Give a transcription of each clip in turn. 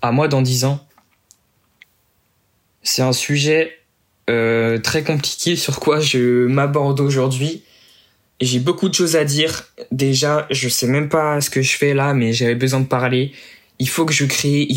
à moi dans 10 ans. C'est un sujet très compliqué sur quoi je m'aborde aujourd'hui. J'ai beaucoup de choses à dire. Déjà, je sais même pas ce que je fais là, mais j'avais besoin de parler. Il faut que je crée.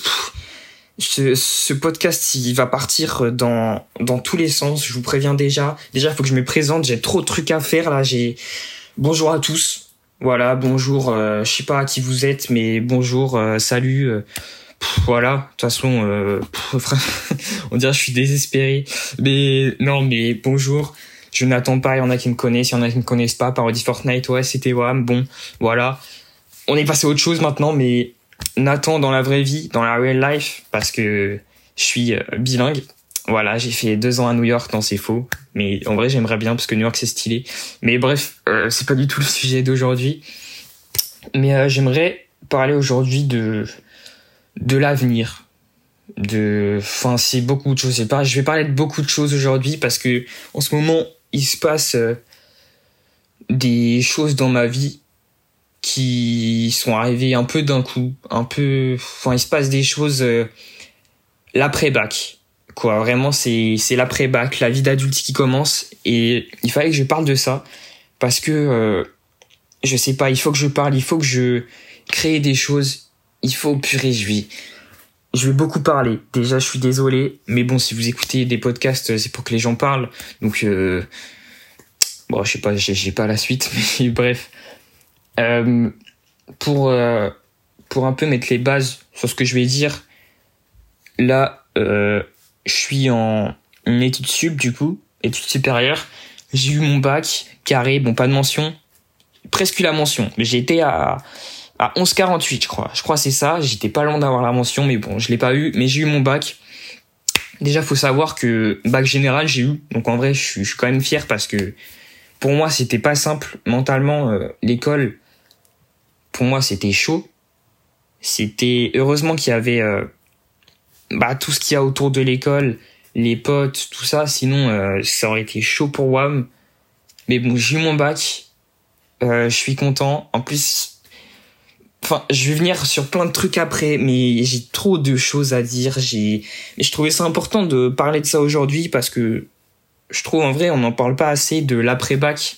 Ce podcast, il va partir dans tous les sens. Je vous préviens déjà. Déjà, il faut que je me présente. J'ai trop de trucs à faire là. Bonjour à tous. Voilà, bonjour. Je sais pas qui vous êtes, mais bonjour, salut. Voilà. De toute façon, on dirait que je suis désespéré. Mais non, mais bonjour. Je n'attends pas, il y en a qui me connaissent, il y en a qui me connaissent pas. Parodie Fortnite, ouais, c'était WAM. Bon, voilà. On est passé à autre chose maintenant, mais Nathan dans la vraie vie, dans la real life, parce que je suis bilingue. Voilà, j'ai fait 2 ans à New York, non c'est faux. Mais en vrai, j'aimerais bien, parce que New York c'est stylé. Mais bref, c'est pas du tout le sujet d'aujourd'hui. Mais j'aimerais parler aujourd'hui de l'avenir. Enfin, c'est beaucoup de choses. Je vais parler de beaucoup de choses aujourd'hui parce que en ce moment, il se passe des choses dans ma vie qui sont arrivées un peu d'un coup, enfin, il se passe des choses l'après-bac. Quoi, vraiment, c'est l'après-bac, la vie d'adulte qui commence et il fallait que je parle de ça parce que je sais pas, il faut que je parle, il faut que je crée des choses, il faut purée, je vais beaucoup parler. Déjà, je suis désolé, mais bon, si vous écoutez des podcasts, c'est pour que les gens parlent. Donc, bon, je sais pas, j'ai pas la suite, mais bref. Pour un peu mettre les bases sur ce que je vais dire, là, je suis en études sup, du coup, études supérieures. J'ai eu mon bac, carré, bon, pas de mention, presque eu la mention. J'ai été à 11,48, je crois. Je crois que c'est ça. J'étais pas loin d'avoir la mention, mais bon, je l'ai pas eu. Mais j'ai eu mon bac. Déjà, faut savoir que bac général, j'ai eu. Donc en vrai, je suis quand même fier parce que pour moi, c'était pas simple. Mentalement, l'école, pour moi, c'était chaud. C'était heureusement qu'il y avait tout ce qu'il y a autour de l'école, les potes, tout ça. Sinon, ça aurait été chaud pour WAM. Mais bon, j'ai eu mon bac. Je suis content. En plus, enfin, je vais venir sur plein de trucs après, mais j'ai trop de choses à dire. Mais je trouvais ça important de parler de ça aujourd'hui parce que je trouve en vrai on n'en parle pas assez de l'après-bac.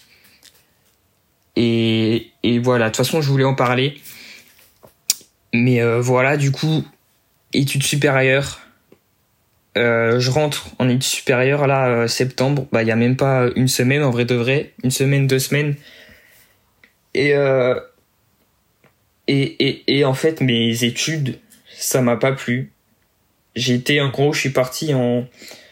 Et voilà, de toute façon je voulais en parler. Mais voilà, du coup, études supérieures. Je rentre en études supérieures là, septembre. Il y a même pas une semaine en vrai de vrai. 1 semaine, 2 semaines. Et en fait, mes études, ça m'a pas plu. Je suis parti en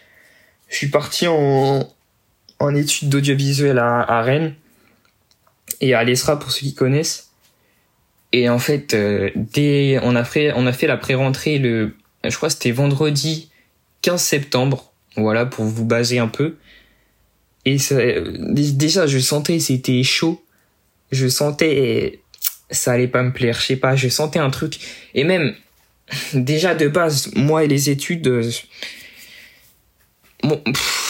études d'audiovisuel à Rennes et à l'ESRA pour ceux qui connaissent. Et en fait, on a fait la pré-rentrée je crois que c'était vendredi 15 septembre. Voilà, pour vous baser un peu. Et déjà, je sentais, c'était chaud. Je sentais, ça allait pas me plaire, je sais pas, je sentais un truc. Et même, déjà de base, moi et les études, bon,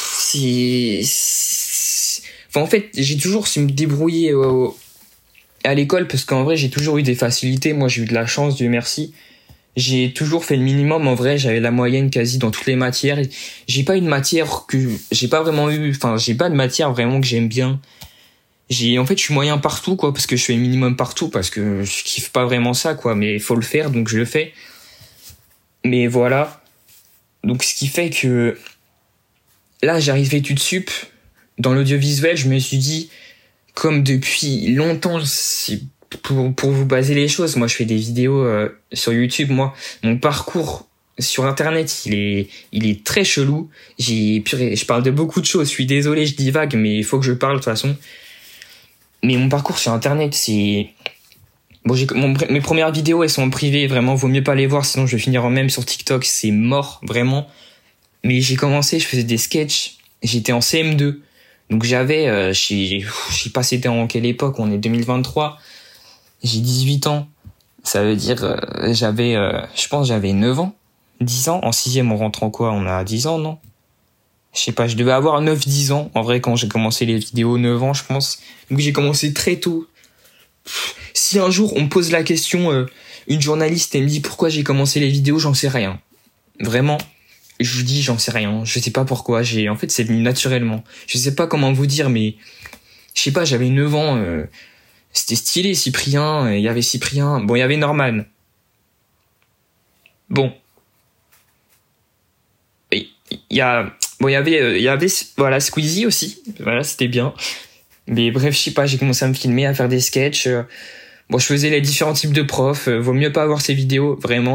enfin, en fait, j'ai toujours su me débrouiller à l'école parce qu'en vrai, j'ai toujours eu des facilités. Moi, j'ai eu de la chance, Dieu merci. J'ai toujours fait le minimum. En vrai, j'avais la moyenne quasi dans toutes les matières. J'ai pas une matière j'ai pas de matière vraiment que j'aime bien. En fait, je suis moyen partout, quoi, parce que je fais le minimum partout, parce que je kiffe pas vraiment ça, quoi, mais il faut le faire, donc je le fais. Mais voilà. Donc, ce qui fait que, là, j'arrive études sup. Dans l'audiovisuel, je me suis dit, comme depuis longtemps, c'est pour vous baser les choses, moi, je fais des vidéos sur YouTube, mon parcours sur Internet, il est très chelou. Je parle de beaucoup de choses, je suis désolé, je divague, mais il faut que je parle, de toute façon. Mais mon parcours sur Internet, c'est... Bon, mes premières vidéos, elles sont en privé, vraiment, vaut mieux pas les voir, sinon je vais finir en même sur TikTok, c'est mort, vraiment. Mais j'ai commencé, je faisais des sketchs, j'étais en CM2, donc j'avais, je sais pas c'était en quelle époque, on est 2023, j'ai 18 ans, ça veut dire, je pense j'avais 9 ans, 10 ans, en 6e on rentre en quoi, on a 10 ans, non? Je sais pas, je devais avoir 9-10 ans, en vrai, quand j'ai commencé les vidéos, 9 ans, je pense. Donc j'ai commencé très tôt. Si un jour on me pose la question, une journaliste, elle me dit pourquoi j'ai commencé les vidéos, j'en sais rien. Vraiment, je vous dis, j'en sais rien. Je sais pas pourquoi. En fait, c'est venu naturellement. Je sais pas comment vous dire, mais je sais pas, j'avais 9 ans, c'était stylé, Cyprien, il y avait Cyprien, bon, il y avait Norman. Bon. Il y avait, voilà, Squeezie aussi. Voilà, c'était bien. Mais bref, je sais pas, j'ai commencé à me filmer, à faire des sketchs. Bon, je faisais les différents types de profs. Vaut mieux pas avoir ces vidéos. Vraiment,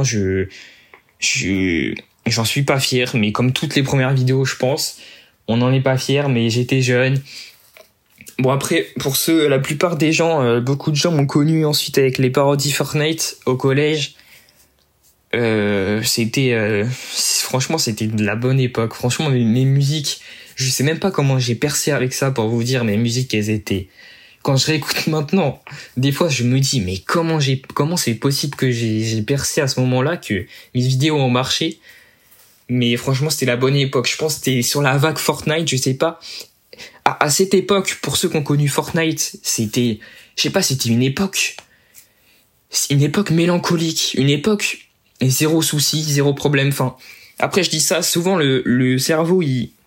j'en suis pas fier. Mais comme toutes les premières vidéos, je pense, on n'en est pas fier. Mais j'étais jeune. Bon, après, pour ceux, la plupart des gens, beaucoup de gens m'ont connu ensuite avec les parodies Fortnite au collège. Franchement, c'était de la bonne époque. Franchement, mes musiques, je sais même pas comment j'ai percé avec ça pour vous dire, mes musiques, elles étaient... Quand je réécoute maintenant, des fois, je me dis, mais comment c'est possible que j'ai percé à ce moment-là, que mes vidéos ont marché? Mais franchement, c'était la bonne époque. Je pense que c'était sur la vague Fortnite, je sais pas. À cette époque, pour ceux qui ont connu Fortnite, c'était, je sais pas, c'était une époque mélancolique, une époque zéro souci, zéro problème. Enfin, après, je dis ça, souvent le cerveau,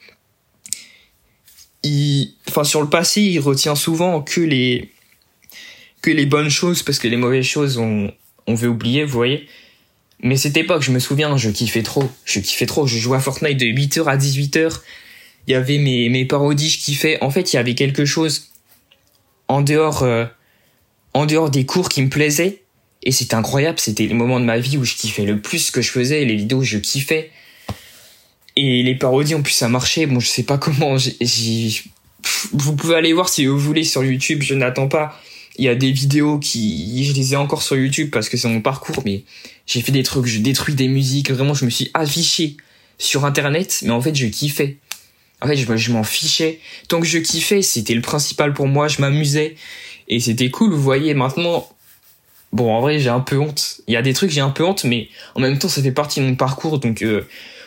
enfin, sur le passé, il retient souvent que les bonnes choses, parce que les mauvaises choses, on veut oublier, vous voyez. Mais cette époque, je me souviens, je kiffais trop. Je jouais à Fortnite de 8h à 18h. Il y avait mes parodies, je kiffais. En fait, il y avait quelque chose en dehors des cours qui me plaisait. Et c'était incroyable. C'était les moments de ma vie où je kiffais le plus ce que je faisais. Les vidéos, je kiffais. Et les parodies, en plus, ça marchait. Bon, je sais pas comment. Vous pouvez aller voir si vous voulez sur YouTube. Je n'attends pas. Il y a des vidéos je les ai encore sur YouTube parce que c'est mon parcours. Mais j'ai fait des trucs. Je détruis des musiques. Vraiment, je me suis affiché sur Internet. Mais en fait, je kiffais. En fait, je m'en fichais. Tant que je kiffais, c'était le principal pour moi. Je m'amusais. Et c'était cool, vous voyez. Maintenant, bon, en vrai, j'ai un peu honte. Il y a des trucs, j'ai un peu honte, mais en même temps, ça fait partie de mon parcours. Donc là,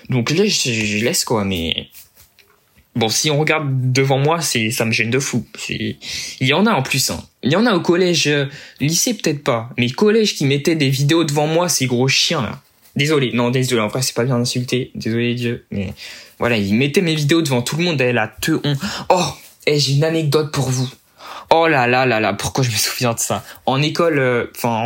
je laisse, quoi. Mais bon, si on regarde devant moi, ça me gêne de fou. Il y en a en plus, hein. Il y en a au collège, lycée peut-être pas. Mais collège qui mettaient des vidéos devant moi, ces gros chiens, là. Désolé. Non, désolé. En vrai, c'est pas bien d'insulter. Désolé, Dieu. Mais voilà, ils mettaient mes vidéos devant tout le monde. Elle a Oh, j'ai une anecdote pour vous. Oh là là là là, pourquoi je me souviens de ça? En école,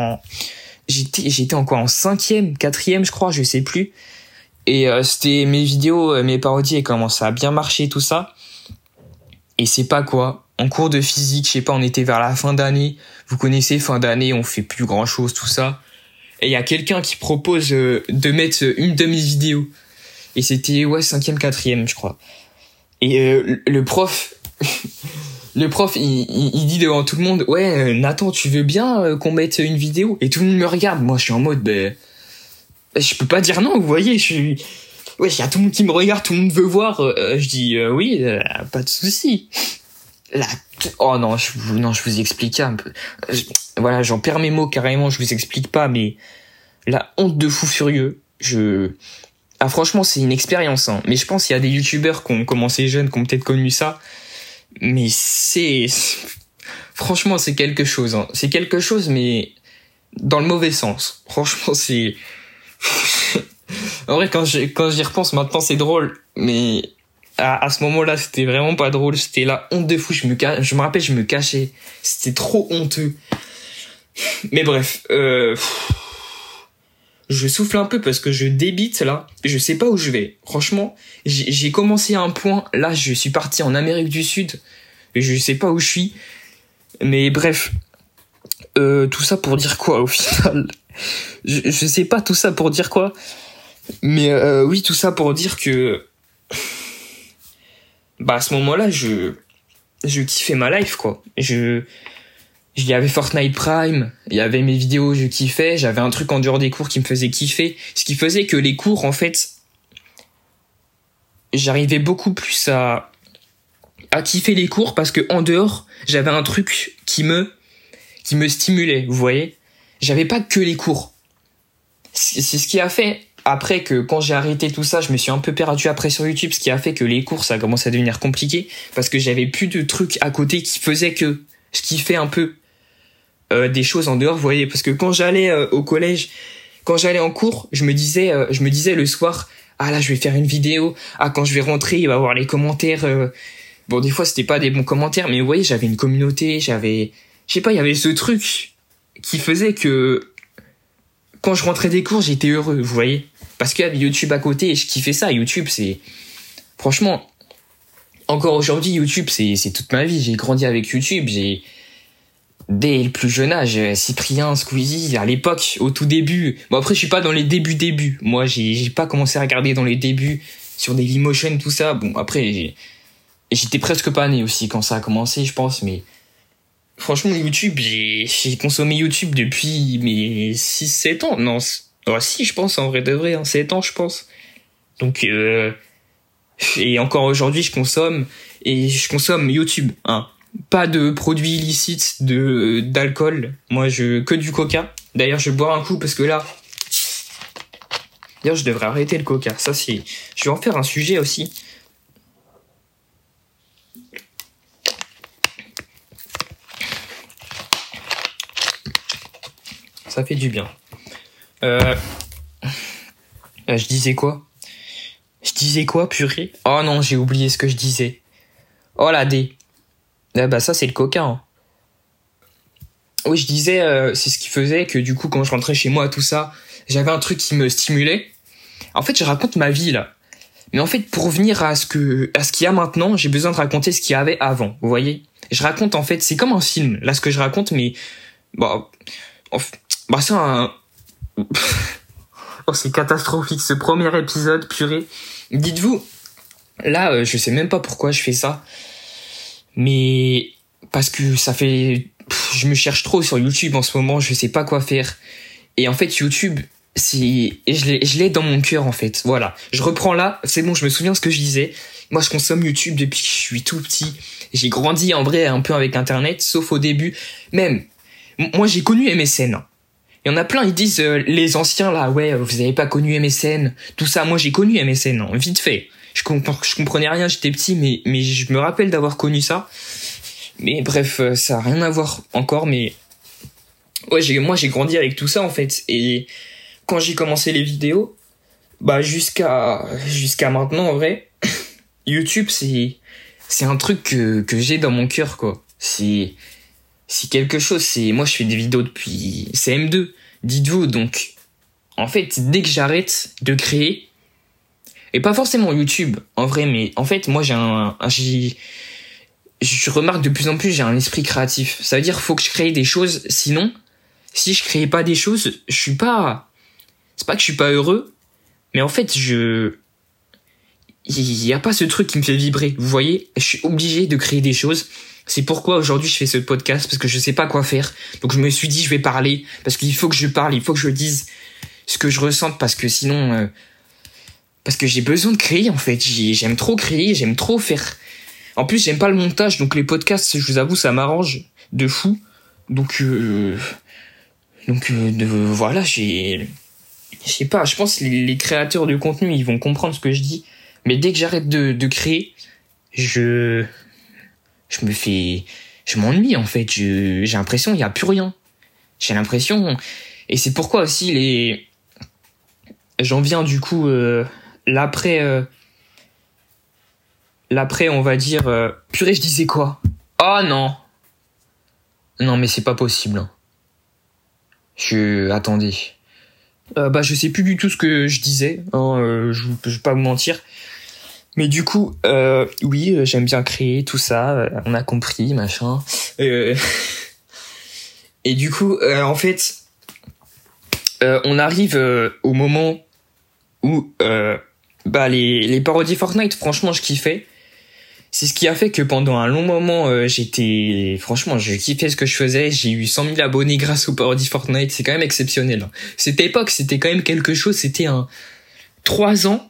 j'étais en quoi? En 5e, 4e, je crois, je sais plus. Et c'était mes vidéos, mes parodies, elles commençaient à bien marcher, tout ça. Et c'est pas quoi. En cours de physique, je sais pas, on était vers la fin d'année. Vous connaissez, fin d'année, on fait plus grand chose, tout ça. Et il y a quelqu'un qui propose de mettre une de mes vidéos. Et c'était, 5e, 4e, je crois. Et le prof... Le prof, il dit devant tout le monde, Nathan, tu veux bien qu'on mette une vidéo? Et tout le monde me regarde. Moi, je suis en mode, je peux pas dire non, vous voyez, il y a tout le monde qui me regarde, tout le monde veut voir. Je dis, oui, pas de souci. Oh non, je vous explique un peu. Voilà, j'en perds mes mots carrément, je vous explique pas, mais la honte de fou furieux, franchement, c'est une expérience, hein. Mais je pense qu'il y a des youtubeurs qui ont commencé jeunes, qui ont peut-être connu ça. Mais franchement, c'est quelque chose, hein. C'est quelque chose, mais dans le mauvais sens. Franchement, c'est... En vrai, quand j'y repense maintenant, c'est drôle. Mais à ce moment-là, c'était vraiment pas drôle. C'était la honte de fou. Je me rappelle, je me cachais. C'était trop honteux. Mais bref, je souffle un peu parce que je débite là. Je sais pas où je vais. Franchement, j'ai commencé à un point. Là, je suis parti en Amérique du Sud. Et je sais pas où je suis. Mais bref. Tout ça pour dire quoi au final? Je sais pas tout ça pour dire quoi. Mais oui, tout ça pour dire que... à ce moment-là, je kiffais ma life, quoi. Il y avait Fortnite Prime, il y avait mes vidéos, je kiffais, j'avais un truc en dehors des cours qui me faisait kiffer, ce qui faisait que les cours, en fait, j'arrivais beaucoup plus à kiffer les cours parce que en dehors, j'avais un truc qui me stimulait, vous voyez. J'avais pas que les cours. C'est ce qui a fait, après que quand j'ai arrêté tout ça, je me suis un peu perdu après sur YouTube, ce qui a fait que les cours, ça a commencé à devenir compliqué parce que j'avais plus de trucs à côté qui faisaient que je kiffais un peu des choses en dehors, vous voyez, parce que quand j'allais au collège, quand j'allais en cours, je me disais le soir, ah là je vais faire une vidéo, ah quand je vais rentrer il va y avoir les commentaires, bon des fois c'était pas des bons commentaires, mais vous voyez j'avais une communauté, je sais pas, il y avait ce truc qui faisait que quand je rentrais des cours j'étais heureux, vous voyez, parce qu'il y avait YouTube à côté et je kiffais ça. YouTube c'est, franchement, encore aujourd'hui YouTube c'est toute ma vie, j'ai grandi avec YouTube, dès le plus jeune âge, Cyprien, Squeezie, à l'époque, au tout début. Bon après, je suis pas dans les débuts. Moi, j'ai pas commencé à regarder dans les débuts sur Dailymotion, tout ça. Bon après, j'étais presque pas né aussi quand ça a commencé, je pense. Mais franchement, YouTube, j'ai consommé YouTube depuis mes 6-7 ans. Non, si, je pense, en vrai de vrai, 7 ans, je pense. Donc, et encore aujourd'hui, je consomme YouTube, hein. Pas de produits illicites, d'alcool. Moi, que du coca. D'ailleurs, je vais boire un coup parce que là, d'ailleurs, je devrais arrêter le coca. Ça, je vais en faire un sujet aussi. Ça fait du bien. Je disais quoi, purée? Oh non, j'ai oublié ce que je disais. Oh la D. Ah bah ça c'est le coca, hein. Oui, je disais, c'est ce qui faisait que du coup quand je rentrais chez moi, tout ça, j'avais un truc qui me stimulait. En fait, je raconte ma vie là. Mais en fait, pour revenir à ce qu'il y a maintenant, j'ai besoin de raconter ce qu'il y avait avant, vous voyez. Je raconte en fait, c'est comme un film, là ce que je raconte, mais c'est un... Oh, c'est catastrophique ce premier épisode, purée. Dites-vous, là, je sais même pas pourquoi je fais ça. Mais parce que ça fait, je me cherche trop sur YouTube en ce moment, je sais pas quoi faire. Et en fait YouTube, je l'ai dans mon cœur en fait. Voilà, je reprends là, c'est bon, je me souviens ce que je disais. Moi je consomme YouTube depuis que je suis tout petit. J'ai grandi en vrai un peu avec internet, sauf au début. Même moi j'ai connu MSN. Il y en a plein, ils disent les anciens là, ouais, vous avez pas connu MSN, tout ça. Moi j'ai connu MSN, hein, vite fait. Je comprenais rien, j'étais petit, mais je me rappelle d'avoir connu ça. Mais bref, ça a rien à voir encore, mais ouais, moi j'ai grandi avec tout ça en fait. Et quand j'ai commencé les vidéos, bah jusqu'à maintenant en vrai, YouTube c'est un truc que j'ai dans mon cœur quoi. C'est quelque chose. Moi je fais des vidéos depuis CM2, dites-vous. Donc en fait dès que j'arrête de créer, et pas forcément YouTube, en vrai, mais en fait, moi, je remarque de plus en plus, j'ai un esprit créatif. Ça veut dire, faut que je crée des choses. Sinon, si je crée pas des choses, c'est pas que je suis pas heureux, mais en fait, il y a pas ce truc qui me fait vibrer. Vous voyez, je suis obligé de créer des choses. C'est pourquoi aujourd'hui je fais ce podcast, parce que je sais pas quoi faire. Donc je me suis dit, je vais parler, parce qu'il faut que je parle, il faut que je dise ce que je ressente, parce que sinon, parce que j'ai besoin de créer en fait. J'aime trop créer, j'aime trop faire. En plus, j'aime pas le montage, donc les podcasts, je vous avoue, ça m'arrange de fou. Donc voilà, je sais pas, je pense que les créateurs de contenu, ils vont comprendre ce que je dis. Mais dès que j'arrête de créer, je m'ennuie en fait. J'ai l'impression qu'il y a plus rien. J'ai l'impression, et c'est pourquoi aussi j'en viens du coup l'après, on va dire, purée, je disais quoi? Oh non, mais c'est pas possible. Attendez. Je sais plus du tout ce que je disais, hein, je vais pas vous mentir. Mais du coup, oui, j'aime bien créer tout ça, on a compris, machin. Et du coup, en fait, on arrive au moment où les parodies Fortnite, franchement, je kiffais. C'est ce qui a fait que pendant un long moment, franchement, je kiffais ce que je faisais. J'ai eu 100 000 abonnés grâce aux parodies Fortnite. C'est quand même exceptionnel, hein. Cette époque, c'était quand même quelque chose. C'était 3 ans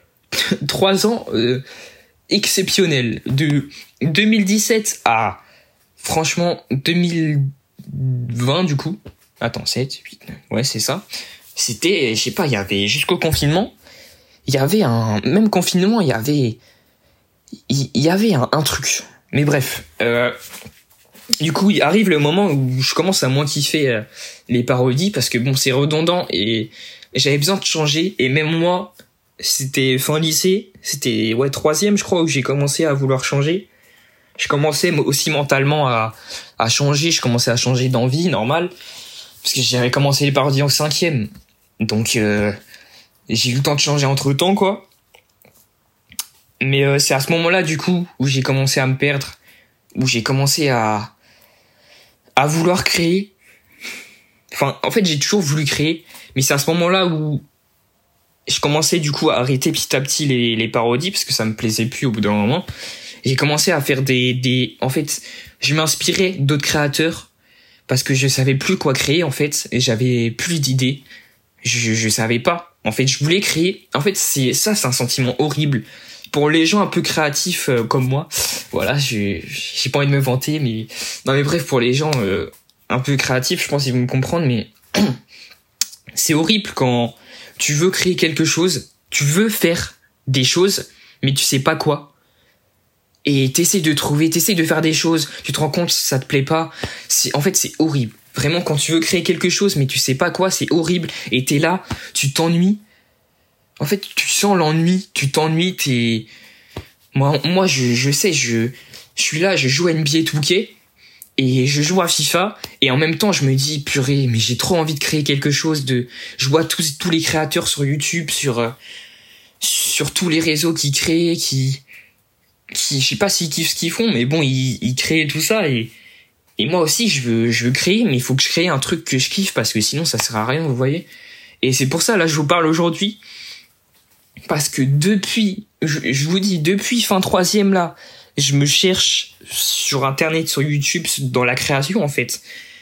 exceptionnel. De 2017 à, franchement, 2020, du coup. Attends, 7, 8, 9, ouais, c'est ça. C'était, je sais pas, il y avait, jusqu'au confinement, il y avait même confinement, il y avait un truc. Mais bref, du coup, il arrive le moment où je commence à moins kiffer les parodies parce que bon, c'est redondant et j'avais besoin de changer. Et même moi, c'était fin lycée, c'était troisième, je crois, où j'ai commencé à vouloir changer. Je commençais aussi mentalement à changer. Je commençais à changer d'envie, normal, parce que j'avais commencé les parodies en cinquième. Donc j'ai eu le temps de changer entre temps, quoi. Mais c'est à ce moment-là, du coup, où j'ai commencé à me perdre, où j'ai commencé à vouloir créer. Enfin, en fait, j'ai toujours voulu créer, mais c'est à ce moment-là où je commençais du coup à arrêter petit à petit les parodies parce que ça me plaisait plus au bout d'un moment. J'ai commencé à faire en fait, je m'inspirais d'autres créateurs parce que je savais plus quoi créer en fait et j'avais plus d'idées. Je savais pas. En fait, je voulais créer. En fait, c'est un sentiment horrible pour les gens un peu créatifs comme moi. Voilà, j'ai pas envie de me vanter, mais non, mais bref, pour les gens un peu créatifs, je pense qu'ils vont me comprendre, mais c'est horrible quand tu veux créer quelque chose, tu veux faire des choses, mais tu sais pas quoi. Et t'essaies de faire des choses, tu te rends compte que ça te plaît pas. En fait, c'est horrible. Vraiment, quand tu veux créer quelque chose, mais tu sais pas quoi, c'est horrible. Et t'es là, tu t'ennuies. En fait, tu sens l'ennui, tu t'ennuies, Moi, je sais, je suis là, je joue à NBA 2K, et je joue à FIFA, et en même temps, je me dis, purée, mais j'ai trop envie de créer quelque chose je vois tous les créateurs sur YouTube, sur tous les réseaux qui créent, qui, je sais pas s'ils kiffent ce qu'ils font, mais bon, ils créent tout ça, et moi aussi, je veux créer, mais il faut que je crée un truc que je kiffe, parce que sinon, ça sert à rien, vous voyez. Et c'est pour ça, là, je vous parle aujourd'hui, parce que je vous dis, depuis fin troisième, là, je me cherche sur Internet, sur YouTube, dans la création, en fait.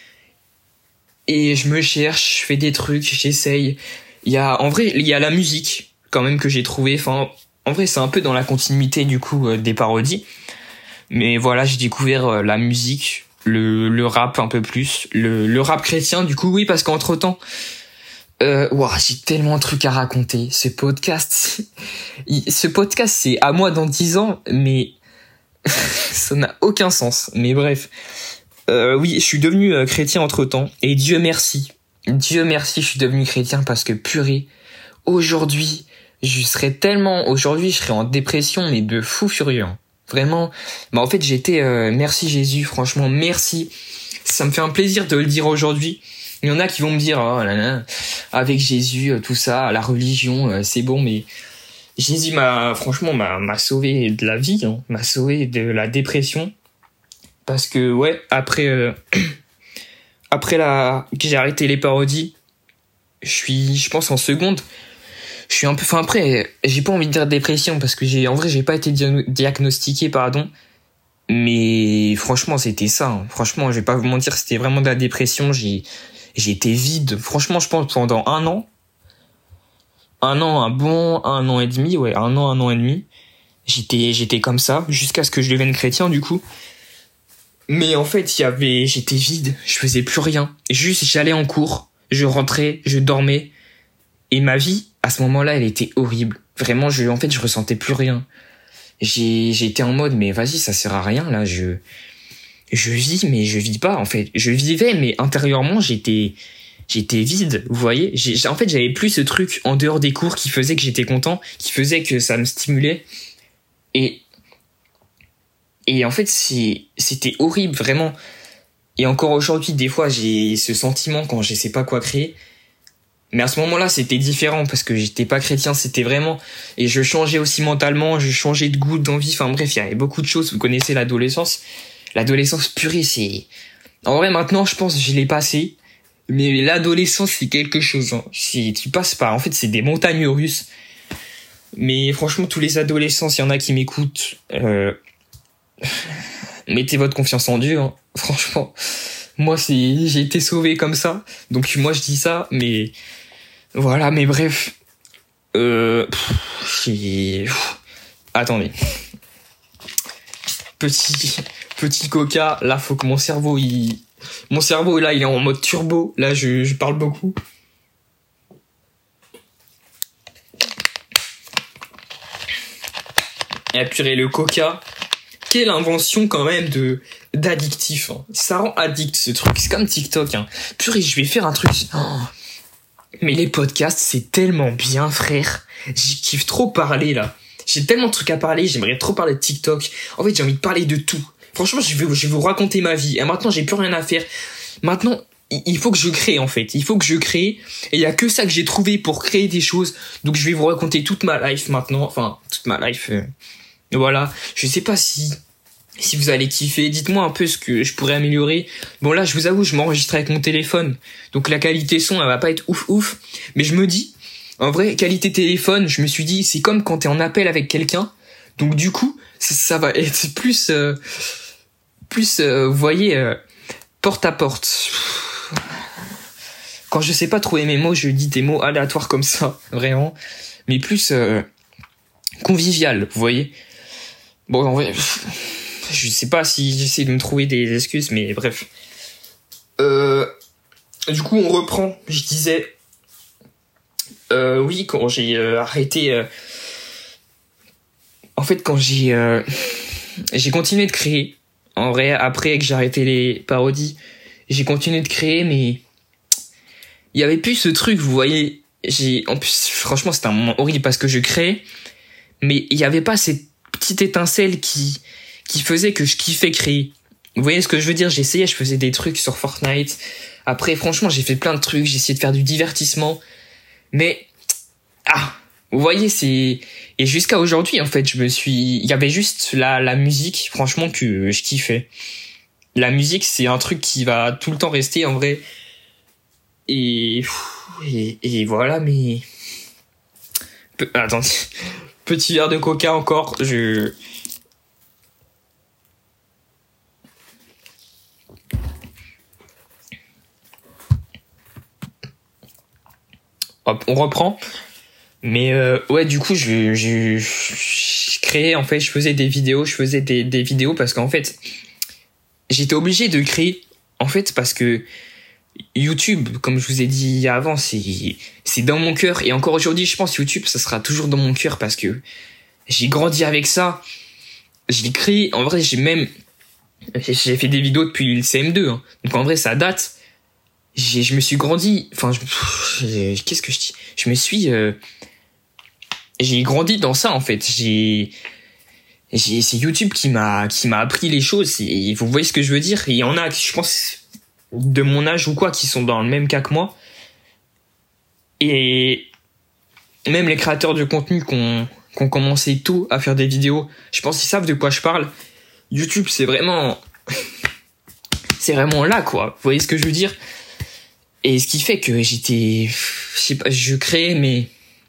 Et je me cherche, je fais des trucs, j'essaye. En vrai, il y a la musique, quand même, que j'ai trouvé. Enfin, en vrai, c'est un peu dans la continuité, du coup, des parodies. Mais voilà, j'ai découvert la musique, le rap un peu plus, le rap chrétien, du coup, oui, parce qu'entre-temps, j'ai tellement de trucs à raconter. Ce podcast, c'est à moi dans 10 ans, mais ça n'a aucun sens. Mais bref. Oui, je suis devenu chrétien entre-temps. Et Dieu merci, je suis devenu chrétien parce que purée, aujourd'hui, je serais en dépression, mais de fou furieux. Hein. Vraiment. En fait, merci Jésus, franchement, merci. Ça me fait un plaisir de le dire aujourd'hui. Il y en a qui vont me dire, oh là là, avec Jésus, tout ça, la religion, c'est bon, mais Jésus m'a sauvé de la vie, hein, m'a sauvé de la dépression. Parce que, après que j'ai arrêté les parodies, je pense en seconde, je suis un peu, après, j'ai pas envie de dire dépression parce que j'ai pas été diagnostiqué, pardon. Mais franchement, c'était ça. Hein. Franchement, je vais pas vous mentir, c'était vraiment de la dépression. J'ai été vide. Franchement, je pense pendant un an, un an et demi, un an et demi. J'étais comme ça jusqu'à ce que je devienne chrétien du coup. Mais en fait, j'étais vide, je faisais plus rien. Juste, j'allais en cours, je rentrais, je dormais. Et ma vie, à ce moment-là, elle était horrible. Vraiment, je ressentais plus rien. J'étais en mode, mais vas-y, ça sert à rien, là, je vis, mais je vis pas, en fait. Je vivais, mais intérieurement, j'étais vide, vous voyez. En fait, j'avais plus ce truc en dehors des cours qui faisait que j'étais content, qui faisait que ça me stimulait. Et en fait, c'était horrible, vraiment. Et encore aujourd'hui, des fois, j'ai ce sentiment quand je sais pas quoi créer. Mais à ce moment-là, c'était différent parce que j'étais pas chrétien, c'était vraiment... Et je changeais aussi mentalement, je changeais de goût, d'envie. Enfin bref, il y avait beaucoup de choses. Vous connaissez l'adolescence. L'adolescence purée, c'est... En vrai, maintenant, je pense que je l'ai passé. Mais l'adolescence, c'est quelque chose. Hein. Tu passes par... En fait, c'est des montagnes russes. Mais franchement, tous les adolescents, s'il y en a qui m'écoutent... mettez votre confiance en Dieu, hein. Franchement. Moi, j'ai été sauvé comme ça. Donc, moi, je dis ça, mais... Voilà, mais bref. Attendez. Petit coca. Là, faut que mon cerveau, là, il est en mode turbo. Là, je parle beaucoup. Et purée, le coca... Quelle invention quand même d'addictif. Hein. Ça rend addict ce truc. C'est comme TikTok. Hein. Purée, je vais faire un truc. Oh. Mais les podcasts, c'est tellement bien, frère. J'y kiffe trop parler là. J'ai tellement de trucs à parler. J'aimerais trop parler de TikTok. En fait, j'ai envie de parler de tout. Franchement, je vais vous raconter ma vie. Et maintenant, j'ai plus rien à faire. Maintenant, il faut que je crée en fait. Il faut que je crée. Et il y a que ça que j'ai trouvé pour créer des choses. Donc, je vais vous raconter toute ma life maintenant. Enfin, toute ma life. Voilà. Je sais pas si vous allez kiffer. Dites-moi un peu ce que je pourrais améliorer. Bon là, je vous avoue, je m'enregistre avec mon téléphone. Donc la qualité son, elle va pas être ouf. Mais je me dis, en vrai, qualité téléphone, je me suis dit, c'est comme quand t'es en appel avec quelqu'un. Donc du coup, ça va être plus, vous voyez, porte à porte. Quand je sais pas trouver mes mots, je dis des mots aléatoires comme ça, vraiment. Mais plus convivial, vous voyez. Bon, en vrai... Je sais pas si j'essaie de me trouver des excuses, mais bref. Du coup, on reprend. Je disais... oui, quand j'ai arrêté... En fait, quand j'ai continué de créer. En vrai, après que j'ai arrêté les parodies, j'ai continué de créer, mais... Il y avait plus ce truc, vous voyez... En plus, franchement, c'était un moment horrible parce que je créais, mais il y avait pas cette petite étincelle qui faisait que je kiffais créer. Vous voyez ce que je veux dire? J'essayais, je faisais des trucs sur Fortnite. Après, franchement, j'ai fait plein de trucs. J'ai essayé de faire du divertissement. Mais, vous voyez, c'est... Et jusqu'à aujourd'hui, en fait, il y avait juste la musique, franchement, que je kiffais. La musique, c'est un truc qui va tout le temps rester, en vrai. Et voilà, mais... Attendez. Petit verre de coca encore. Hop, on reprend. Mais ouais, du coup, je créais, en fait, je faisais des vidéos parce qu'en fait, j'étais obligé de créer, en fait, parce que YouTube, comme je vous ai dit avant, c'est dans mon cœur. Et encore aujourd'hui, je pense YouTube, ça sera toujours dans mon cœur parce que j'ai grandi avec ça. J'ai créé, en vrai, j'ai fait des vidéos depuis le CM2. Hein. Donc en vrai, ça date. Je me suis grandi, enfin, qu'est-ce que je dis? J'ai grandi dans ça, en fait. C'est YouTube qui m'a appris les choses. Et vous voyez ce que je veux dire? Il y en a, je pense, de mon âge ou quoi, qui sont dans le même cas que moi. Et même les créateurs de contenu qui ont commencé tôt à faire des vidéos, je pense qu'ils savent de quoi je parle. YouTube, c'est vraiment là, quoi. Vous voyez ce que je veux dire? Et ce qui fait que je sais pas, je créais, mais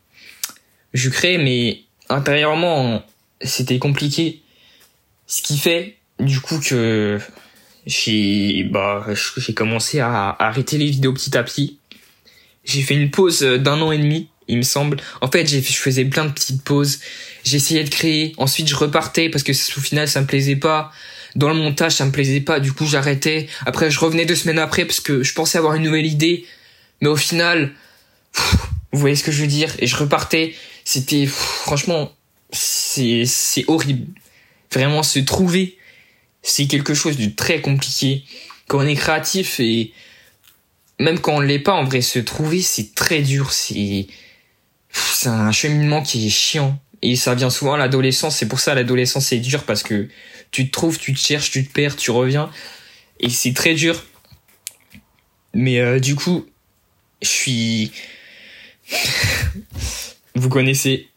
intérieurement, c'était compliqué. Ce qui fait, du coup, que j'ai commencé à arrêter les vidéos petit à petit. J'ai fait une pause d'1 an et demi, il me semble. En fait, je faisais plein de petites pauses. J'essayais de créer. Ensuite, je repartais parce que au final, ça me plaisait pas. Dans le montage, ça me plaisait pas. Du coup, j'arrêtais. Après, je revenais 2 semaines après parce que je pensais avoir une nouvelle idée. Mais au final, vous voyez ce que je veux dire? Et je repartais. C'était, franchement, c'est horrible. Vraiment, se trouver, c'est quelque chose de très compliqué. Quand on est créatif et même quand on l'est pas, en vrai, se trouver, c'est très dur. C'est un cheminement qui est chiant. Et ça vient souvent à l'adolescence. C'est pour ça, l'adolescence, c'est dur parce que tu te trouves, tu te cherches, tu te perds, tu reviens. Et c'est très dur. Mais du coup, je suis... Vous connaissez...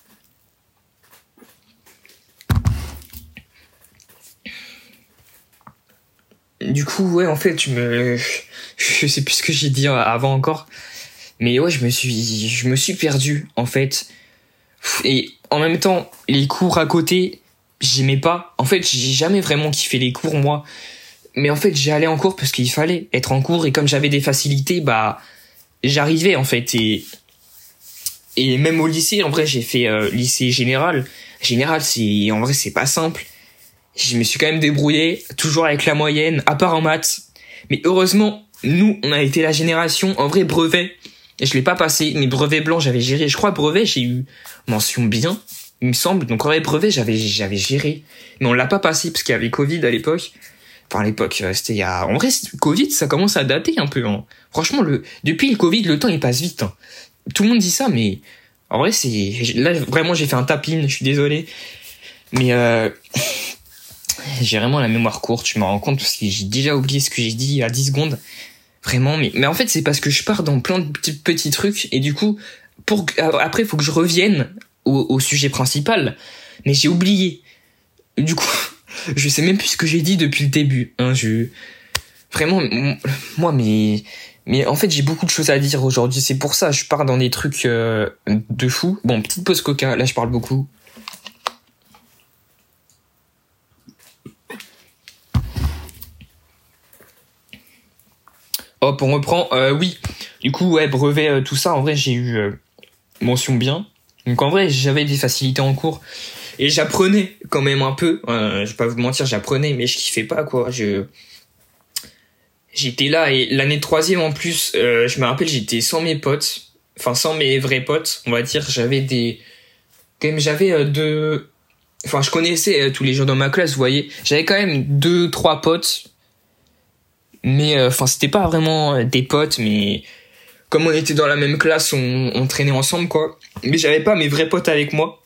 Du coup, ouais, en fait, je sais plus ce que j'ai dit avant encore. Mais ouais, je me suis perdu, en fait. Et en même temps, les cours à côté, j'aimais pas. En fait, j'ai jamais vraiment kiffé les cours, moi. Mais en fait, j'allais en cours parce qu'il fallait être en cours. Et comme j'avais des facilités, j'arrivais, en fait. Et même au lycée, en vrai, j'ai fait lycée général. Général, en vrai, c'est pas simple. Je me suis quand même débrouillé, toujours avec la moyenne, à part en maths. Mais heureusement, nous, on a été la génération, en vrai, brevet. Et je l'ai pas passé, mais brevet blanc, j'avais géré. Je crois brevet, j'ai eu mention bien, il me semble. Donc en vrai, brevet, j'avais géré. Mais on l'a pas passé parce qu'il y avait Covid à l'époque. Enfin, à l'époque, c'était il y a... En vrai, Covid, ça commence à dater un peu. Hein. Franchement, depuis le Covid, le temps, il passe vite. Hein. Tout le monde dit ça, mais... En vrai, là, vraiment, j'ai fait un tap-in, je suis désolé. Mais j'ai vraiment la mémoire courte, je me rends compte, parce que j'ai déjà oublié ce que j'ai dit il y a 10 secondes. Vraiment, mais en fait, c'est parce que je pars dans plein de petits trucs, et du coup, après, il faut que je revienne au sujet principal. Mais j'ai oublié. Du coup, je sais même plus ce que j'ai dit depuis le début. Hein, Vraiment, moi, mais en fait, j'ai beaucoup de choses à dire aujourd'hui. C'est pour ça, je pars dans des trucs de fou. Bon, petite pause coca, là, je parle beaucoup. Hop, on reprend. Oui, du coup, ouais, brevet, tout ça, en vrai, j'ai eu mention bien. Donc, en vrai, j'avais des facilités en cours. Et j'apprenais quand même un peu. Je vais pas vous mentir, j'apprenais, mais je kiffais pas, quoi. J'étais là, et l'année de troisième, en plus, je me rappelle, j'étais sans mes potes. Enfin, sans mes vrais potes, on va dire. J'avais deux... Enfin, je connaissais tous les gens dans ma classe, vous voyez. J'avais quand même 2-3 potes. Mais, enfin, c'était pas vraiment des potes, mais... Comme on était dans la même classe, on traînait ensemble, quoi. Mais j'avais pas mes vrais potes avec moi.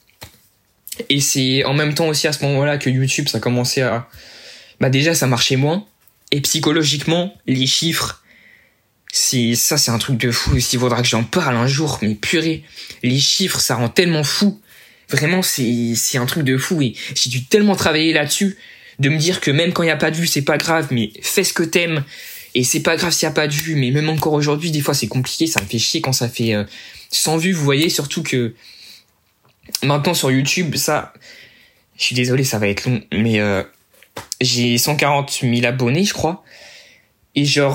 Et c'est en même temps aussi à ce moment-là que YouTube, ça commençait à... Bah déjà, ça marchait moins. Et psychologiquement, les chiffres, c'est un truc de fou. Il faudra que j'en parle un jour, mais purée. Les chiffres, ça rend tellement fou. Vraiment, c'est un truc de fou. Et j'ai dû tellement travailler là-dessus, de me dire que même quand il n'y a pas de vues, c'est pas grave, mais fais ce que t'aimes. Et c'est pas grave s'il n'y a pas de vues, mais même encore aujourd'hui, des fois, c'est compliqué. Ça me fait chier quand ça fait 100 vues, vous voyez, surtout que... Maintenant sur YouTube, ça, je suis désolé, ça va être long, mais j'ai 140 000 abonnés, je crois. Et genre,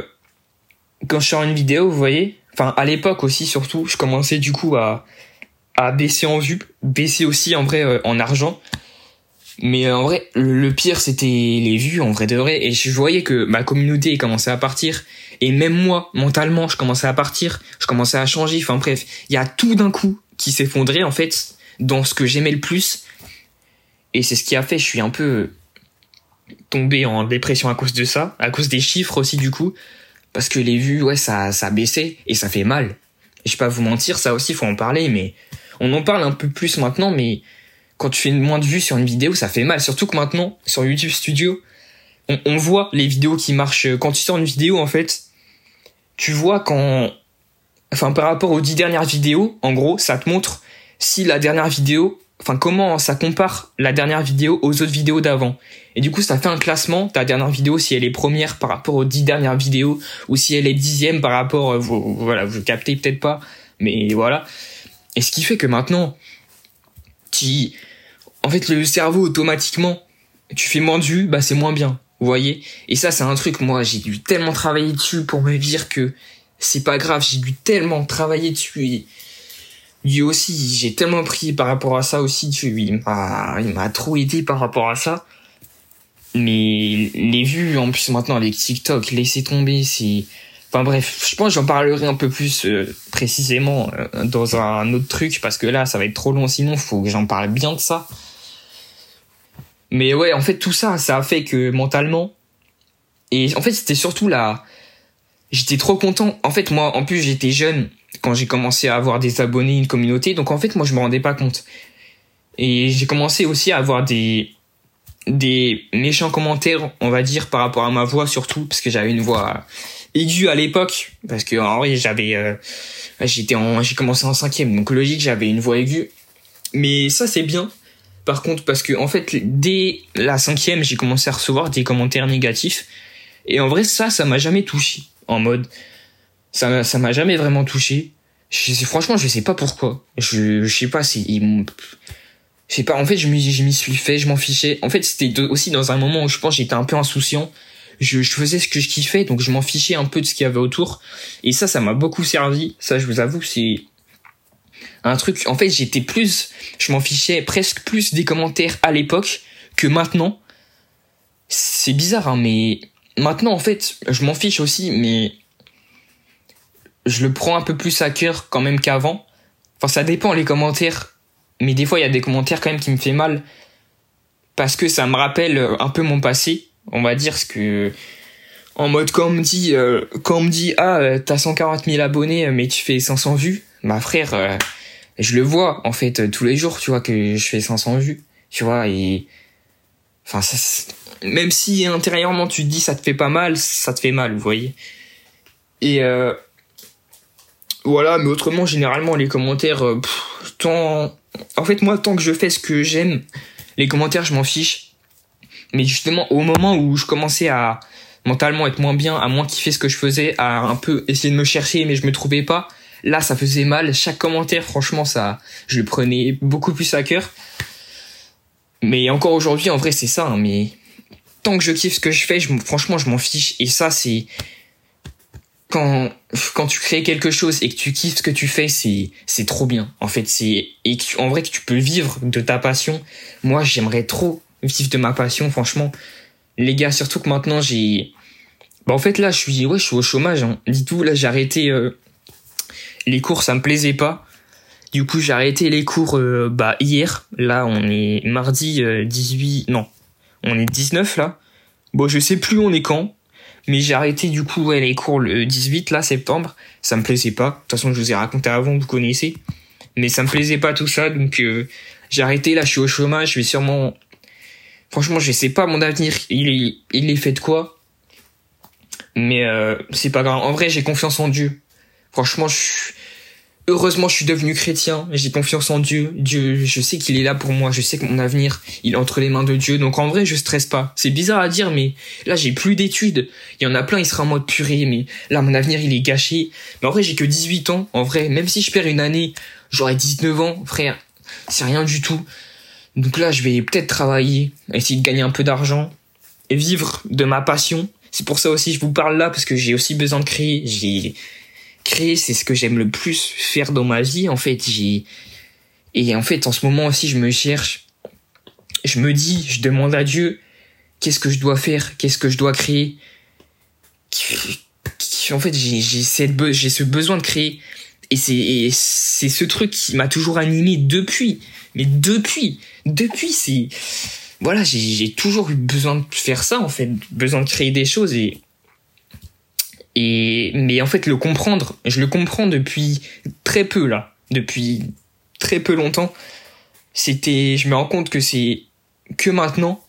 quand je sors une vidéo, vous voyez, enfin à l'époque aussi surtout, je commençais du coup à baisser en vues, baisser aussi en vrai en argent. Mais en vrai, le pire c'était les vues en vrai de vrai. Et je voyais que ma communauté commençait à partir. Et même moi, mentalement, je commençais à partir. Je commençais à changer. Enfin bref, il y a tout d'un coup qui s'effondrait en fait dans ce que j'aimais le plus. Et c'est ce qui a fait, je suis un peu tombé en dépression à cause de ça. À cause des chiffres aussi du coup. Parce que les vues, ouais, ça baissait. Et ça fait mal. Et je vais pas vous mentir, ça aussi, faut en parler. Mais on en parle un peu plus maintenant, mais... Quand tu fais moins de vues sur une vidéo, ça fait mal. Surtout que maintenant, sur YouTube Studio, on voit les vidéos qui marchent. Quand tu sors une vidéo, en fait, tu vois quand... Enfin, par rapport aux 10 dernières vidéos, en gros, ça te montre si la dernière vidéo... Enfin, comment ça compare la dernière vidéo aux autres vidéos d'avant. Et du coup, ça fait un classement, ta dernière vidéo, si elle est première par rapport aux 10 dernières vidéos, ou si elle est 10e par rapport... voilà, vous captez peut-être pas, mais voilà. Et ce qui fait que maintenant... En fait, le cerveau, automatiquement, tu fais moins de vues, bah c'est moins bien, vous voyez. Et ça, c'est un truc, moi, j'ai dû tellement travailler dessus pour me dire que c'est pas grave, j'ai dû tellement travailler dessus. Et lui aussi, j'ai tellement pris par rapport à ça aussi, il m'a trop aidé par rapport à ça. Mais les vues, en plus, maintenant, avec TikTok, laissez tomber, c'est... Enfin bref, je pense que j'en parlerai un peu plus précisément dans un autre truc, parce que là, ça va être trop long, sinon, faut que j'en parle bien de ça. Mais ouais, en fait, tout ça, ça a fait que mentalement... Et en fait, c'était surtout là... J'étais trop content. En fait, moi, en plus, j'étais jeune quand j'ai commencé à avoir des abonnés, une communauté, donc en fait, moi, je me rendais pas compte. Et j'ai commencé aussi à avoir des méchants commentaires, on va dire, par rapport à ma voix, surtout, parce que j'avais une voix... aiguë à l'époque, parce que en vrai j'ai commencé en 5e, donc logique j'avais une voix aiguë, mais ça c'est bien par contre parce que en fait dès la 5e j'ai commencé à recevoir des commentaires négatifs, et en vrai ça m'a jamais touché, en mode ça m'a jamais vraiment touché. Franchement je sais pas pourquoi, je sais pas si je sais pas, en fait je m'y suis fait, je m'en fichais. En fait c'était aussi dans un moment où je pense j'étais un peu insouciant. Je faisais ce que je kiffais, donc je m'en fichais un peu de ce qu'il y avait autour. Et ça m'a beaucoup servi. Ça, je vous avoue, c'est un truc... En fait, je m'en fichais presque plus des commentaires à l'époque que maintenant. C'est bizarre, hein, mais maintenant, en fait, je m'en fiche aussi, mais je le prends un peu plus à cœur quand même qu'avant. Enfin, ça dépend les commentaires, mais des fois, il y a des commentaires quand même qui me fait mal, parce que ça me rappelle un peu mon passé. On va dire ce que... En mode, quand on me dit, t'as 140 000 abonnés, mais tu fais 500 vues. Bah, frère, je le vois, en fait, tous les jours, tu vois, que je fais 500 vues. Tu vois, et... Enfin, même si intérieurement tu te dis ça te fait pas mal, ça te fait mal, vous voyez. Et voilà, mais autrement, généralement, les commentaires, en fait, moi, tant que je fais ce que j'aime, les commentaires, je m'en fiche. Mais justement, au moment où je commençais à mentalement être moins bien, à moins kiffer ce que je faisais, à un peu essayer de me chercher, mais je me trouvais pas, là, ça faisait mal. Chaque commentaire, franchement, je le prenais beaucoup plus à cœur. Mais encore aujourd'hui, en vrai, c'est ça, hein, mais tant que je kiffe ce que je fais, franchement, je m'en fiche. Et ça, c'est... Quand tu crées quelque chose et que tu kiffes ce que tu fais, c'est trop bien. En fait, en vrai, que tu peux vivre de ta passion. Moi, j'aimerais trop vivre de ma passion, franchement. Les gars, surtout que maintenant, en fait, là, je suis au chômage, hein. Dis-tout, là, j'ai arrêté, les cours, ça me plaisait pas. Du coup, j'ai arrêté les cours hier. Là, on est mardi 18... Non, on est 19 là. Bon, je sais plus on est quand. Mais j'ai arrêté du coup les cours le 18 là, septembre. Ça me plaisait pas. De toute façon, je vous ai raconté avant, vous connaissez. Mais ça me plaisait pas tout ça. Donc j'ai arrêté. Là, je suis au chômage. Je vais sûrement... Franchement, je sais pas mon avenir. Il est fait de quoi. Mais c'est pas grave. En vrai, j'ai confiance en Dieu. Franchement, heureusement, je suis devenu chrétien. J'ai confiance en Dieu. Dieu, je sais qu'il est là pour moi. Je sais que mon avenir, il est entre les mains de Dieu. Donc en vrai, je stresse pas. C'est bizarre à dire, mais là, j'ai plus d'études. Il y en a plein, ils seraient en mode purée, mais là, mon avenir, il est gâché. Mais en vrai, j'ai que 18 ans. En vrai, même si je perds une année, j'aurai 19 ans, frère. C'est rien du tout. Donc là, je vais peut-être travailler, essayer de gagner un peu d'argent et vivre de ma passion. C'est pour ça aussi, je vous parle là, parce que j'ai aussi besoin de créer. Créer, c'est ce que j'aime le plus faire dans ma vie, en fait. Et en fait, en ce moment aussi, je me cherche. Je me dis, je demande à Dieu, qu'est-ce que je dois faire? Qu'est-ce que je dois créer? En fait, j'ai ce besoin de créer. Et c'est ce truc qui m'a toujours animé depuis. Mais depuis, c'est... Voilà, j'ai toujours eu besoin de faire ça, en fait. Besoin de créer des choses mais en fait, je le comprends depuis très peu, là. Depuis très peu longtemps. Je me rends compte que c'est que maintenant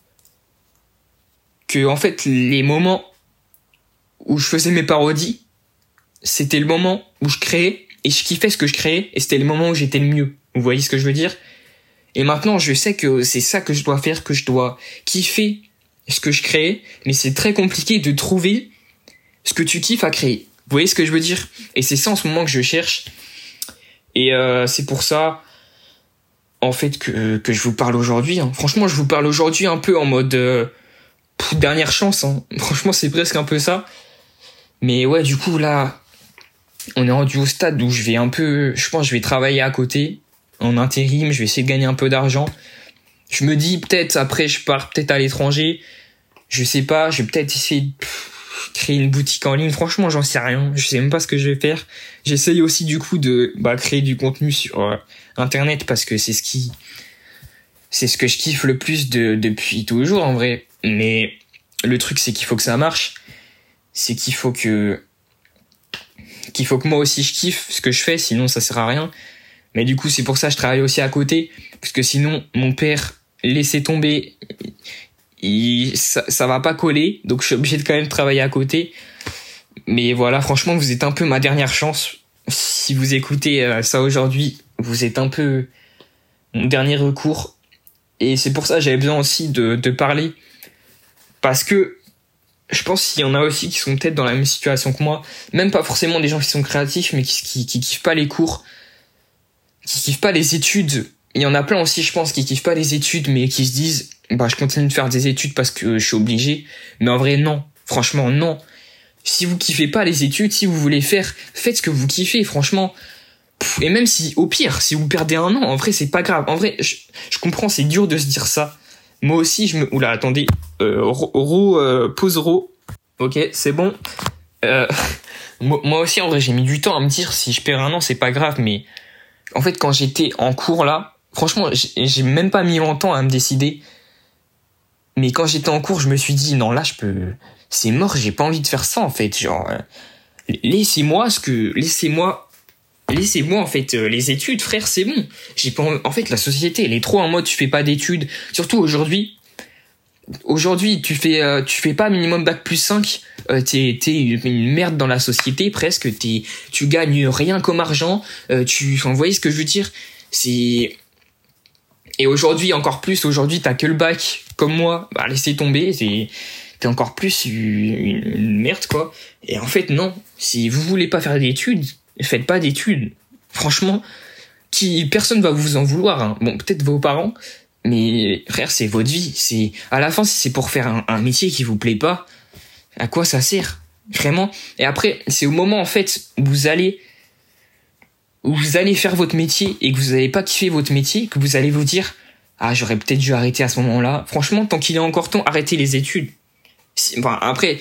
que, en fait, les moments où je faisais mes parodies, c'était le moment où je créais et je kiffais ce que je créais et c'était le moment où j'étais le mieux. Vous voyez ce que je veux dire? Et maintenant, je sais que c'est ça que je dois faire, que je dois kiffer ce que je crée, mais c'est très compliqué de trouver ce que tu kiffes à créer. Vous voyez ce que je veux dire? Et c'est ça en ce moment que je cherche. Et c'est pour ça, en fait, que je vous parle aujourd'hui. Hein. Franchement, je vous parle aujourd'hui un peu en mode dernière chance. Hein. Franchement, c'est presque un peu ça. Mais ouais, du coup, là, on est rendu au stade où je pense que je vais travailler à côté, en intérim. Je vais essayer de gagner un peu d'argent. Je me dis, peut-être, après, je pars peut-être à l'étranger. Je sais pas, je vais peut-être essayer de créer une boutique en ligne. Franchement, j'en sais rien. Je sais même pas ce que je vais faire. J'essaye aussi du coup de créer du contenu sur Internet parce que c'est ce que je kiffe le plus depuis toujours en vrai. Mais le truc, c'est qu'il faut que ça marche. C'est qu'il faut que moi aussi je kiffe ce que je fais, sinon ça sert à rien. Mais du coup, c'est pour ça que je travaille aussi à côté, parce que sinon, mon père laissait tomber, ça va pas coller, donc je suis obligé de quand même travailler à côté. Mais voilà, franchement, vous êtes un peu ma dernière chance. Si vous écoutez ça aujourd'hui, vous êtes un peu mon dernier recours. Et c'est pour ça que j'avais besoin aussi de parler, parce que je pense qu'il y en a aussi qui sont peut-être dans la même situation que moi, même pas forcément des gens qui sont créatifs, mais qui kiffent pas les cours, qui kiffent pas les études. Il y en a plein aussi, je pense, qui kiffent pas les études, mais qui se disent, je continue de faire des études parce que je suis obligé. Mais en vrai, non. Franchement, non. Si vous kiffez pas les études, si vous voulez faites ce que vous kiffez, franchement. Et même si, au pire, si vous perdez un an, en vrai, c'est pas grave. En vrai, je comprends, c'est dur de se dire ça. Moi aussi, oula, attendez. Pause Ro. Ok, c'est bon. Moi aussi, en vrai, j'ai mis du temps à me dire, si je perds un an, c'est pas grave, mais en fait, quand j'étais en cours là, franchement, j'ai même pas mis longtemps à me décider. Mais quand j'étais en cours, je me suis dit, non, là, c'est mort, j'ai pas envie de faire ça, en fait. Laissez-moi, en fait, les études, frère, c'est bon. J'ai pas, en fait, la société, elle est trop en mode, tu fais pas d'études. Surtout aujourd'hui. Aujourd'hui, tu fais pas minimum bac+5, t'es une merde dans la société, presque, tu gagnes rien comme argent, vous voyez ce que je veux dire? Et aujourd'hui, encore plus, aujourd'hui, t'as que le bac, comme moi, bah, laissez tomber, t'es encore plus une merde, quoi. Et en fait, non. Si vous voulez pas faire d'études, faites pas d'études. Franchement, personne va vous en vouloir, hein. Bon, peut-être vos parents, mais frère, c'est votre vie. À la fin, si c'est pour faire un métier qui vous plaît pas, à quoi ça sert? Vraiment. Et après, c'est au moment, en fait, où vous allez faire votre métier et que vous n'allez pas kiffer votre métier, que vous allez vous dire, ah, j'aurais peut-être dû arrêter à ce moment-là. Franchement, tant qu'il est encore temps, arrêtez les études. Après,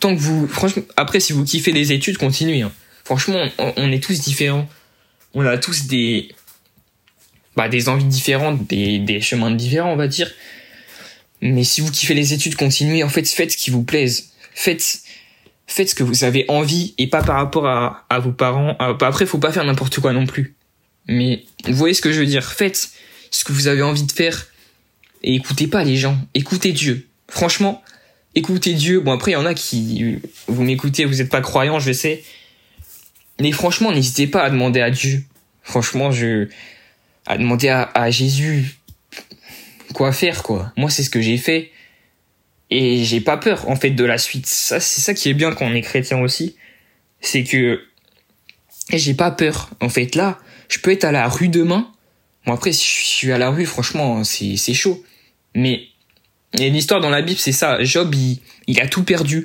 si vous kiffez les études, continuez, hein. Franchement, on est tous différents. On a tous des envies différentes, des chemins différents, on va dire. Mais si vous kiffez les études, continuez. En fait, faites ce qui vous plaise. Faites ce que vous avez envie et pas par rapport à vos parents. Après, faut pas faire n'importe quoi non plus. Mais vous voyez ce que je veux dire. Faites ce que vous avez envie de faire et écoutez pas les gens. Écoutez Dieu. Franchement, écoutez Dieu. Bon, après, il y en a vous m'écoutez, vous êtes pas croyants, je sais. Mais franchement, n'hésitez pas à demander à Dieu. Franchement, à demander à Jésus quoi faire, quoi. Moi, c'est ce que j'ai fait. Et j'ai pas peur, en fait, de la suite. Ça, c'est ça qui est bien quand on est chrétien aussi. C'est que j'ai pas peur. En fait, là, je peux être à la rue demain. Bon, après, si je suis à la rue, franchement, c'est chaud. Mais il y a une histoire dans la Bible, c'est ça. Job, il a tout perdu.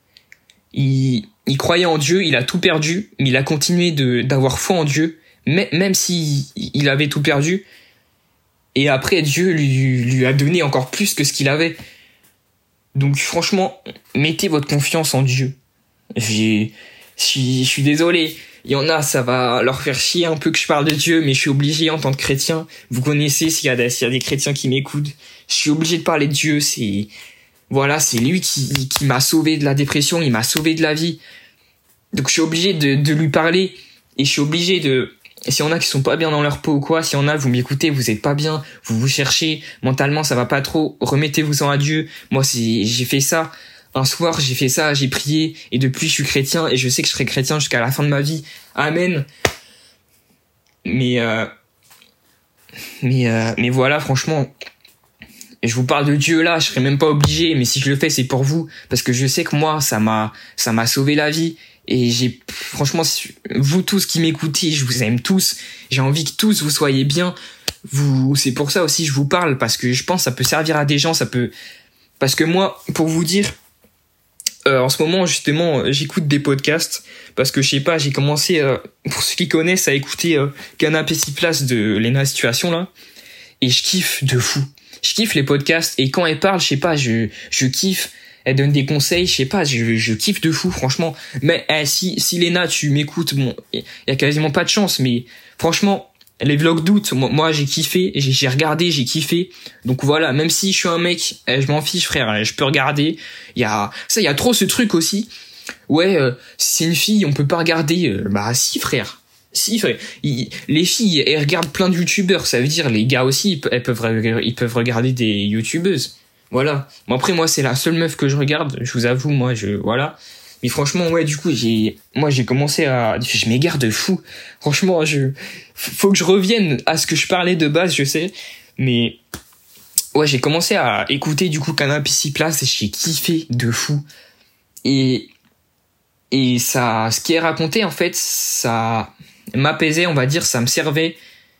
Il croyait en Dieu, il a tout perdu, mais il a continué d'avoir foi en Dieu, même si il avait tout perdu. Et après, Dieu lui a donné encore plus que ce qu'il avait. Donc franchement, mettez votre confiance en Dieu. Je suis désolé, il y en a, ça va leur faire chier un peu que je parle de Dieu, mais je suis obligé en tant que chrétien. Vous connaissez, s'il y a des chrétiens qui m'écoutent, je suis obligé de parler de Dieu. C'est lui qui m'a sauvé de la dépression, il m'a sauvé de la vie. Donc je suis obligé de lui parler, et je suis obligé s'il y en a qui sont pas bien dans leur peau ou quoi, s'il y en a, vous m'écoutez, vous êtes pas bien, vous cherchez, mentalement ça va pas trop, remettez-vous-en à Dieu. Moi, j'ai fait ça. Un soir, j'ai fait ça, j'ai prié, et depuis, je suis chrétien, et je sais que je serai chrétien jusqu'à la fin de ma vie. Amen. Mais voilà, franchement, je vous parle de Dieu là, je serais même pas obligé, mais si je le fais, c'est pour vous, parce que je sais que moi, ça m'a sauvé la vie. Et franchement, vous tous qui m'écoutez, je vous aime tous. J'ai envie que tous vous soyez bien. C'est pour ça aussi que je vous parle, parce que je pense que ça peut servir à des gens, parce que moi, pour vous dire, en ce moment, justement, j'écoute des podcasts, parce que je sais pas, j'ai commencé, pour ceux qui connaissent, à écouter Canapé 6 places de Lena Situation là, et je kiffe de fou. Je kiffe les podcasts, et quand elle parle, je sais pas, je kiffe. Elle donne des conseils, je sais pas, je kiffe de fou, franchement. Mais si Léna, tu m'écoutes, bon, il y a quasiment pas de chance, mais franchement, les vlogs d'août, moi j'ai kiffé, j'ai regardé, j'ai kiffé. Donc voilà, même si je suis un mec, je m'en fiche, frère, je peux regarder. Il y a trop ce truc aussi. Ouais, si c'est une fille, on peut pas regarder. Bah si, frère. Si, frère. Les filles, elles regardent plein de youtubeurs, ça veut dire les gars aussi, ils peuvent regarder des youtubeuses. Voilà. Bon, après, moi, c'est la seule meuf que je regarde. Je vous avoue, voilà. Mais franchement, ouais, du coup, j'ai commencé je m'égare de fou. Franchement, faut que je revienne à ce que je parlais de base, je sais. Mais, ouais, j'ai commencé à écouter, du coup, Canapé 6 places et j'ai kiffé de fou. Et ça, ce qui est raconté, en fait, ça m'apaisait, on va dire, ça me servait.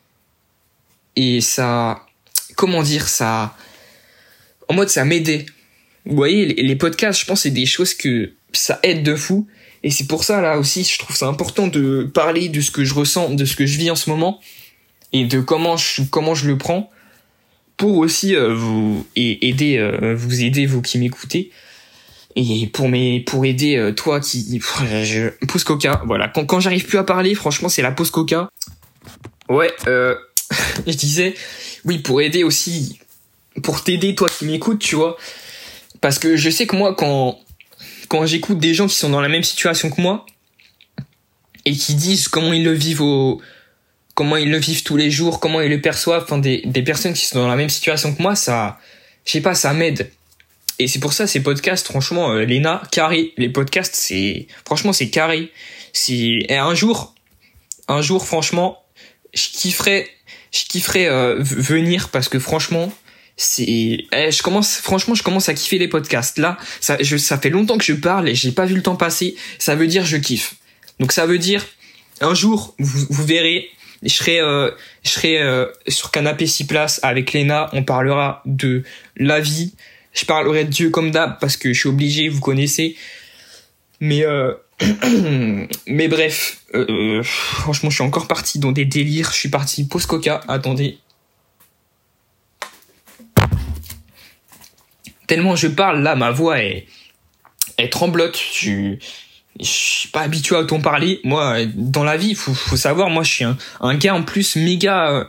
Et ça, comment dire, ça, en mode ça m'aidait. Vous voyez, les podcasts, je pense, c'est des choses que ça aide de fou. Et c'est pour ça, là aussi, je trouve ça important de parler de ce que je ressens, de ce que je vis en ce moment, et de comment je le prends, pour aussi vous aider, vous qui m'écoutez, et pour aider toi qui... Pause coca, voilà. Quand j'arrive plus à parler, franchement, c'est la pause coca. Ouais, je disais, oui, pour aider aussi pour t'aider, toi qui m'écoutes, tu vois. Parce que je sais que moi, quand j'écoute des gens qui sont dans la même situation que moi, et qui disent comment ils le vivent tous les jours, comment ils le perçoivent, enfin, des personnes qui sont dans la même situation que moi, ça, je sais pas, ça m'aide. Et c'est pour ça, ces podcasts, franchement, Léna, carré. Les podcasts, franchement, c'est carré. Et un jour, franchement, je kifferais venir parce que franchement, je commence à kiffer les podcasts. Là, ça fait longtemps que je parle et j'ai pas vu le temps passer. Ça veut dire je kiffe. Donc ça veut dire, un jour, vous verrez, je serai sur Canapé 6 places avec Léna, on parlera de la vie. Je parlerai de Dieu comme d'hab parce que je suis obligé, vous connaissez. Mais bref, franchement, je suis encore parti dans des délires. Je suis parti pause coca. Attendez. Tellement je parle là, ma voix est tremblote. Je suis pas habitué à autant parler. Moi, dans la vie, faut savoir, moi, je suis un gars en plus méga,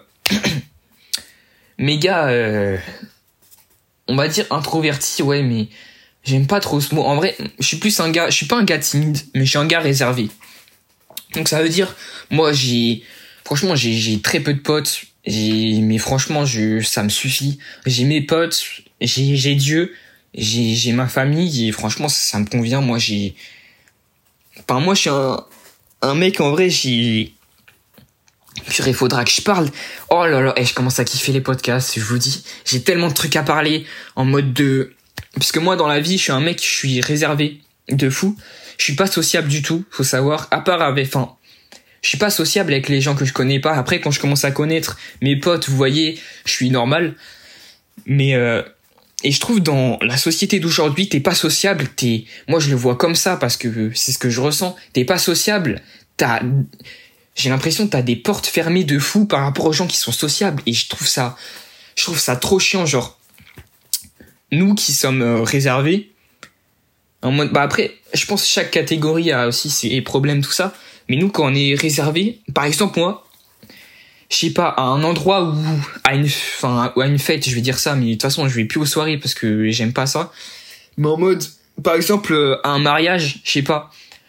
on va dire introverti, ouais, mais j'aime pas trop ce mot. En vrai, je suis pas un gars timide, mais je suis un gars réservé. Donc ça veut dire, moi, franchement, j'ai très peu de potes. Mais franchement, ça me suffit. J'ai mes potes, j'ai Dieu, j'ai ma famille, et franchement, ça me convient. Moi, je suis un mec, en vrai, il faudra que je parle. Oh là là, je commence à kiffer les podcasts, je vous dis. J'ai tellement de trucs à parler en mode de... Puisque moi, dans la vie, je suis un mec, je suis réservé de fou. Je suis pas sociable du tout, faut savoir. Je suis pas sociable avec les gens que je connais pas. Après, quand je commence à connaître mes potes, vous voyez, je suis normal. Mais et je trouve dans la société d'aujourd'hui, t'es pas sociable. Moi, je le vois comme ça parce que c'est ce que je ressens. T'es pas sociable. J'ai l'impression que t'as des portes fermées de fou par rapport aux gens qui sont sociables. Et je trouve ça trop chiant. Genre, nous qui sommes réservés, en mode, après, je pense que chaque catégorie a aussi ses problèmes, tout ça. Mais nous, quand on est réservé, par exemple, moi, je sais pas, à un endroit à une fête, je vais dire ça, mais de toute façon, je vais plus aux soirées parce que j'aime pas ça. Mais en mode, par exemple, à un mariage, je sais pas,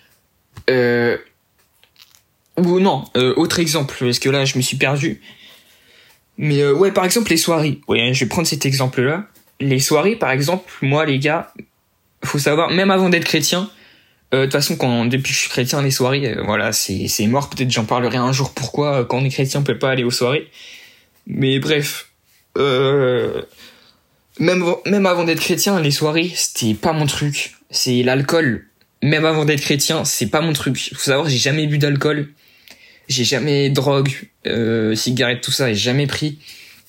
ou non, autre exemple, parce que là, je me suis perdu. Mais ouais, par exemple, les soirées. Ouais, je vais prendre cet exemple-là. Les soirées, par exemple, moi, les gars, faut savoir, même avant d'être chrétien, de toute façon, depuis que je suis chrétien, les soirées, voilà, c'est mort. Peut-être j'en parlerai un jour pourquoi, quand on est chrétien, on peut pas aller aux soirées. Mais bref, même avant d'être chrétien, les soirées, c'était pas mon truc. C'est l'alcool. Même avant d'être chrétien, c'est pas mon truc. Faut savoir, j'ai jamais bu d'alcool. J'ai jamais drogue, cigarette, tout ça, j'ai jamais pris.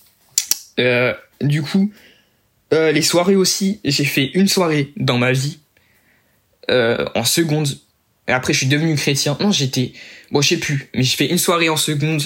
Du coup, les soirées aussi, j'ai fait une soirée dans ma vie. En seconde. Et après, je suis devenu chrétien. Non, je sais plus. Mais j'ai fait une soirée en seconde.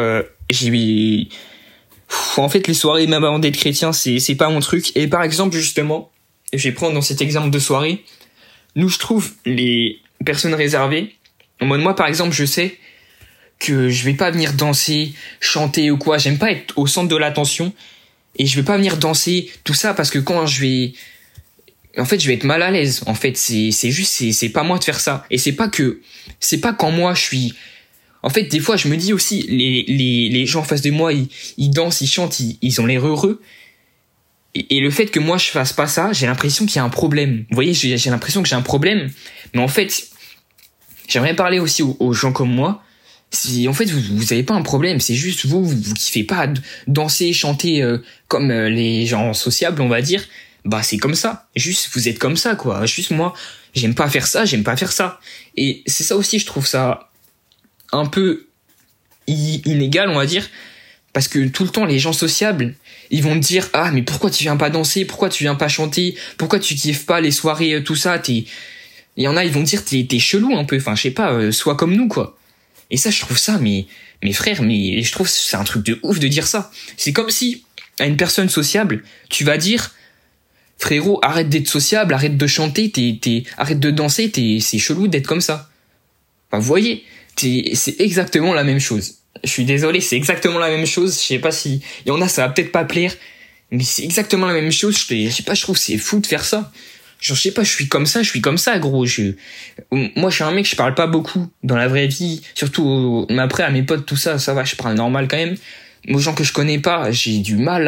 En fait, les soirées, même avant d'être chrétien, c'est pas mon truc. Et par exemple, justement, je vais prendre dans cet exemple de soirée, nous, je trouve les personnes réservées. En mode, moi, par exemple, je sais que je vais pas venir danser, chanter ou quoi. J'aime pas être au centre de l'attention. Et je vais pas venir danser, tout ça, parce que quand je vais être mal à l'aise. En fait, c'est pas moi de faire ça. Et c'est pas quand moi je suis, en fait, des fois, je me dis aussi, les gens en face de moi, ils dansent, ils chantent, ils ont l'air heureux. Et le fait que moi je fasse pas ça, j'ai l'impression qu'il y a un problème. Vous voyez, j'ai l'impression que j'ai un problème. Mais en fait, j'aimerais parler aussi aux gens comme moi. En fait, vous avez pas un problème. C'est juste vous kiffez pas danser, chanter comme les gens sociables, on va dire. Bah, c'est comme ça. Juste, vous êtes comme ça, quoi. Juste, moi, j'aime pas faire ça. Et c'est ça aussi, je trouve ça un peu inégal, on va dire. Parce que tout le temps, les gens sociables, ils vont te dire, ah, mais pourquoi tu viens pas danser? Pourquoi tu viens pas chanter? Pourquoi tu kiffes pas les soirées, tout ça? Il y en a, ils vont te dire, t'es chelou un peu. Enfin, je sais pas, sois comme nous, quoi. Et ça, je trouve ça, mais frère, mais je trouve que c'est un truc de ouf de dire ça. C'est comme si, à une personne sociable, tu vas dire, frérot, arrête d'être sociable, arrête de chanter, arrête de danser, c'est chelou d'être comme ça. Enfin, vous voyez, c'est exactement la même chose. Je suis désolé, c'est exactement la même chose. Je sais pas si, il y en a, ça va peut-être pas plaire, Mais c'est exactement la même chose. Je sais pas, je trouve c'est fou de faire ça. Genre, je sais pas, je suis comme ça, gros. Moi, je suis un mec, je parle pas beaucoup dans la vraie vie. Surtout, mais après, à mes potes, tout ça, ça va, je parle normal quand même. Mais aux gens que je connais pas, j'ai du mal,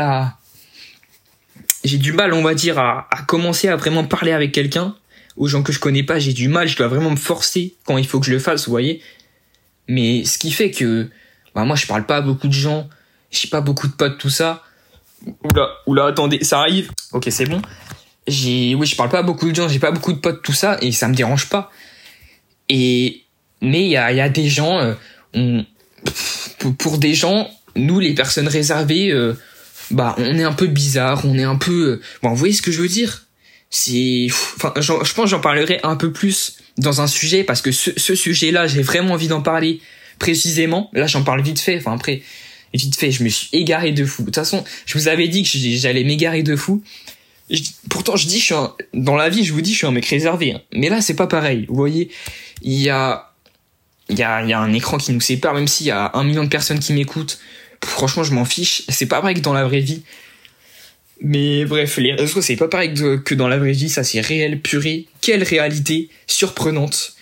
on va dire, à commencer à vraiment parler avec quelqu'un. Aux gens que je connais pas, j'ai du mal, je dois vraiment me forcer quand il faut que je le fasse, vous voyez. Mais ce qui fait que, moi, je parle pas à beaucoup de gens. J'ai pas beaucoup de potes, tout ça. Oula, attendez, ça arrive. Ok, c'est bon. Je parle pas à beaucoup de gens, j'ai pas beaucoup de potes, tout ça, et ça me dérange pas. Mais il y a des gens, pour des gens, nous, les personnes réservées, on est un peu bizarre, on est un peu, vous voyez ce que je veux dire? Je pense que j'en parlerai un peu plus dans un sujet, parce que ce sujet-là, j'ai vraiment envie d'en parler précisément. Là, j'en parle vite fait, je me suis égaré de fou. De toute façon, je vous avais dit que j'allais m'égarer de fou. Pourtant, dans la vie, je vous dis, je suis un mec réservé. Hein. Mais là, c'est pas pareil. Vous voyez, il y a un écran qui nous sépare, même s'il y a 1 million de personnes qui m'écoutent. Franchement, je m'en fiche. C'est pas pareil que dans la vraie vie. Mais bref, les réseaux, c'est pas pareil que dans la vraie vie. Ça, c'est réel, purée. Quelle réalité surprenante.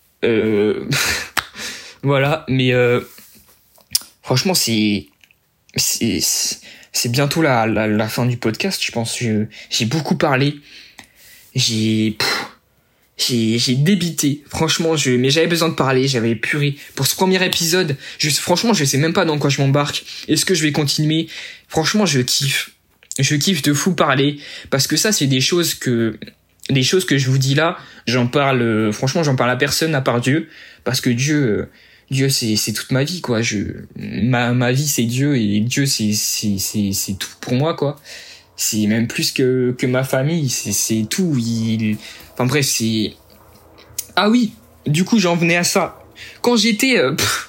Voilà, mais franchement, c'est bientôt la fin du podcast, je pense. J'ai beaucoup parlé. J'ai débité. Franchement, mais j'avais besoin de parler, j'avais puré. Pour ce premier épisode, franchement, je sais même pas dans quoi je m'embarque. Est-ce que je vais continuer? Franchement, je kiffe. Je kiffe de fou parler. Parce que ça, c'est des choses que je vous dis là, franchement, j'en parle à personne à part Dieu. Parce que Dieu, c'est toute ma vie, quoi. Ma vie, c'est Dieu, et Dieu, c'est tout pour moi, quoi. C'est même plus que ma famille, c'est tout. Ah oui, du coup, j'en venais à ça. Quand j'étais,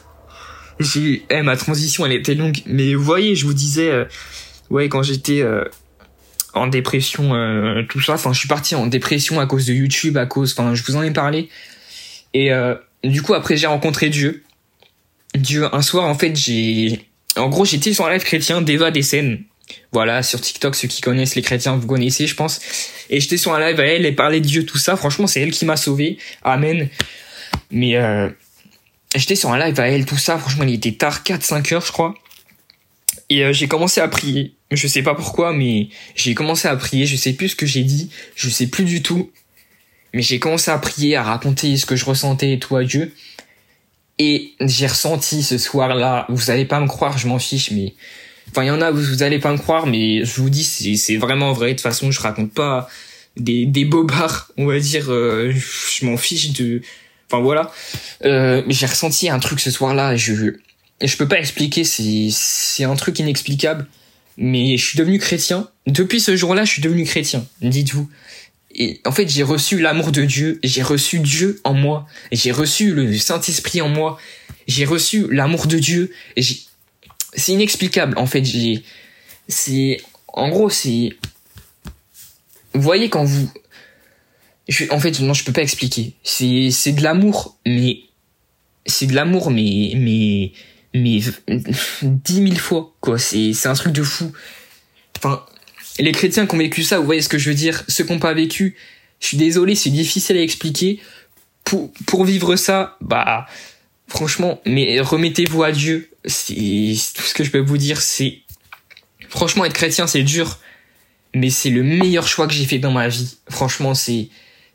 ma transition, elle était longue. Mais vous voyez, je vous disais, quand j'étais en dépression, tout ça. Je suis parti en dépression à cause de YouTube, je vous en ai parlé. Et du coup, après, j'ai rencontré Dieu. Un soir, en fait, j'étais sur un live chrétien d'Eva Dessen. Voilà, sur TikTok, ceux qui connaissent les chrétiens, vous connaissez, je pense. Et j'étais sur un live à elle, elle parlait de Dieu, tout ça. Franchement, c'est elle qui m'a sauvé. Amen. Mais j'étais sur un live à elle, tout ça. Franchement, il était tard, 4-5 heures, je crois. Et j'ai commencé à prier. Je sais pas pourquoi, mais j'ai commencé à prier. Je sais plus ce que j'ai dit. Je sais plus du tout. Mais j'ai commencé à prier, à raconter ce que je ressentais et tout à Dieu. Et j'ai ressenti ce soir-là, vous allez pas me croire, je m'en fiche, mais... il y en a, vous allez pas me croire, mais je vous dis, c'est vraiment vrai. De toute façon, je raconte pas des bobards, on va dire, je m'en fiche de... voilà. J'ai ressenti un truc ce soir-là, je peux pas expliquer, c'est un truc inexplicable, mais je suis devenu chrétien. Depuis ce jour-là, je suis devenu chrétien, dites-vous. Et en fait, j'ai reçu l'amour de Dieu, j'ai reçu Dieu en moi, et j'ai reçu le Saint-Esprit en moi, j'ai reçu l'amour de Dieu, et c'est inexplicable, en fait. En gros, vous voyez quand vous... En fait, non, je peux pas expliquer. C'est de l'amour, mais... C'est de l'amour, mais 10 000 fois, quoi. C'est un truc de fou. Les chrétiens qui ont vécu ça, vous voyez ce que je veux dire? Ceux qui n'ont pas vécu, je suis désolé, c'est difficile à expliquer. Pour vivre ça, franchement, mais remettez-vous à Dieu. C'est tout ce que je peux vous dire. Franchement, être chrétien, c'est dur, mais c'est le meilleur choix que j'ai fait dans ma vie. Franchement, c'est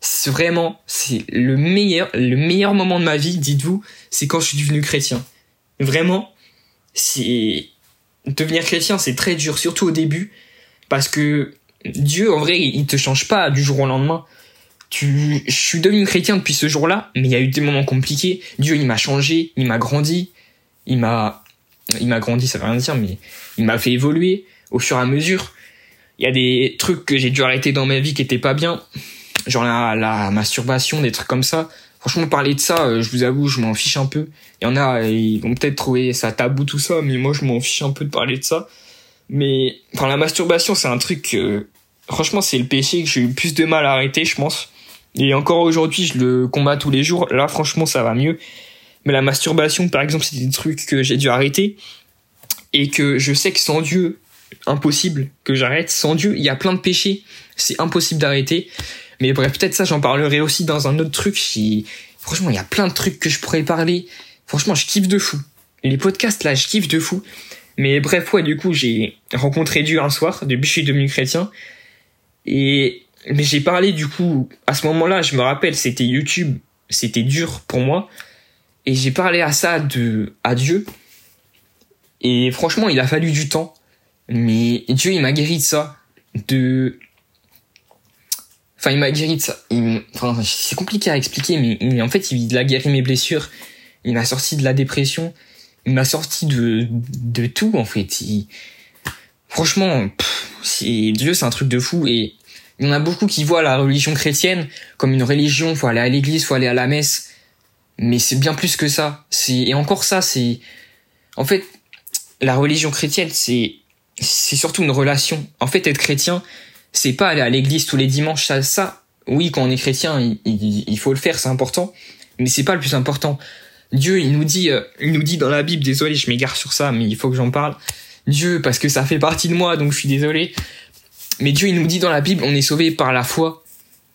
le meilleur moment de ma vie, dites-vous, c'est quand je suis devenu chrétien. Vraiment, devenir chrétien, c'est très dur, surtout au début. Parce que Dieu, en vrai, il te change pas du jour au lendemain. Je suis devenu chrétien depuis ce jour-là, mais il y a eu des moments compliqués. Dieu, il m'a changé, il m'a grandi. Il m'a grandi, ça veut rien dire, mais il m'a fait évoluer au fur et à mesure. Il y a des trucs que j'ai dû arrêter dans ma vie qui étaient pas bien. Genre la masturbation, des trucs comme ça. Franchement, parler de ça, je vous avoue, je m'en fiche un peu. Il y en a, ils vont peut-être trouver ça tabou, tout ça, mais moi, je m'en fiche un peu de parler de ça. Mais la masturbation, c'est un truc franchement, c'est le péché que j'ai eu le plus de mal à arrêter, je pense. Et encore aujourd'hui, je le combats tous les jours. Là, franchement, ça va mieux. Mais la masturbation, par exemple, c'est des trucs que j'ai dû arrêter. Et que je sais que sans Dieu, impossible que j'arrête. Sans Dieu, il y a plein de péchés, c'est impossible d'arrêter. Mais bref, peut-être ça, j'en parlerai aussi dans un autre truc. Franchement, il y a plein de trucs que je pourrais parler. Franchement, je kiffe de fou. Les podcasts, là, je kiffe de fou. Mais bref, ouais, du coup, j'ai rencontré Dieu un soir. Depuis, je suis devenu chrétien. Mais j'ai parlé, du coup, à ce moment-là, je me rappelle, c'était YouTube. C'était dur pour moi. Et j'ai parlé à Dieu. Et franchement, il a fallu du temps. Mais Dieu, il m'a guéri de ça. Enfin, il m'a guéri de ça. C'est compliqué à expliquer, mais en fait, il a guéri mes blessures. Il m'a sorti de la dépression. Il m'a sorti de tout, en fait. Franchement, Dieu, c'est un truc de fou. Et il y en a beaucoup qui voient la religion chrétienne comme une religion. Faut aller à l'église, faut aller à la messe. Mais c'est bien plus que ça. Et encore ça, c'est... En fait, la religion chrétienne, c'est surtout une relation. En fait, être chrétien, c'est pas aller à l'église tous les dimanches. Ça, oui, quand on est chrétien, il faut le faire, c'est important. Mais c'est pas le plus important. Dieu, il nous dit dans la Bible, désolé, je m'égare sur ça, mais il faut que j'en parle. Dieu, parce que ça fait partie de moi, donc je suis désolé. Mais Dieu, il nous dit dans la Bible, on est sauvé par la foi.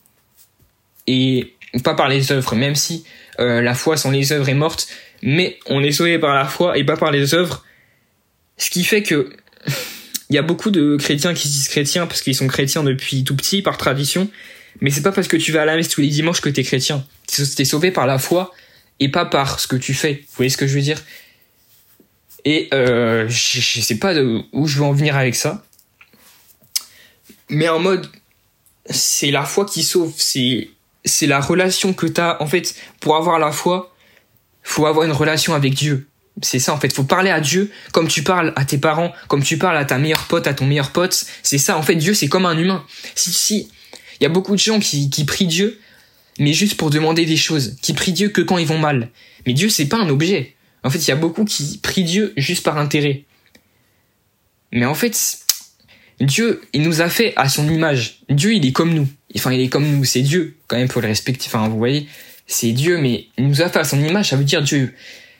Et pas par les œuvres, même si la foi sans les œuvres est morte. Mais on est sauvé par la foi et pas par les œuvres. Ce qui fait que il y a beaucoup de chrétiens qui se disent chrétiens parce qu'ils sont chrétiens depuis tout petit, par tradition. Mais c'est pas parce que tu vas à la messe tous les dimanches que t'es chrétien. T'es sauvé par la foi et pas par ce que tu fais. Vous voyez ce que je veux dire? Et je sais pas où je veux en venir avec ça. Mais en mode, c'est la foi qui sauve. C'est la relation que t'as. En fait, pour avoir la foi, faut avoir une relation avec Dieu. C'est ça, en fait. Faut parler à Dieu comme tu parles à tes parents, comme tu parles à ta meilleure pote, à ton meilleur pote. C'est ça, en fait. Dieu, c'est comme un humain. Si. Il y a beaucoup de gens qui prient Dieu, mais juste pour demander des choses. Qui prient Dieu que quand ils vont mal. Mais Dieu, c'est pas un objet. En fait, il y a beaucoup qui prient Dieu juste par intérêt. Mais en fait, Dieu, il nous a fait à son image. Dieu, il est comme nous. Enfin, il est comme nous. C'est Dieu. Quand même, faut le respecter. Enfin, vous voyez, c'est Dieu, mais il nous a fait à son image. Ça veut dire Dieu,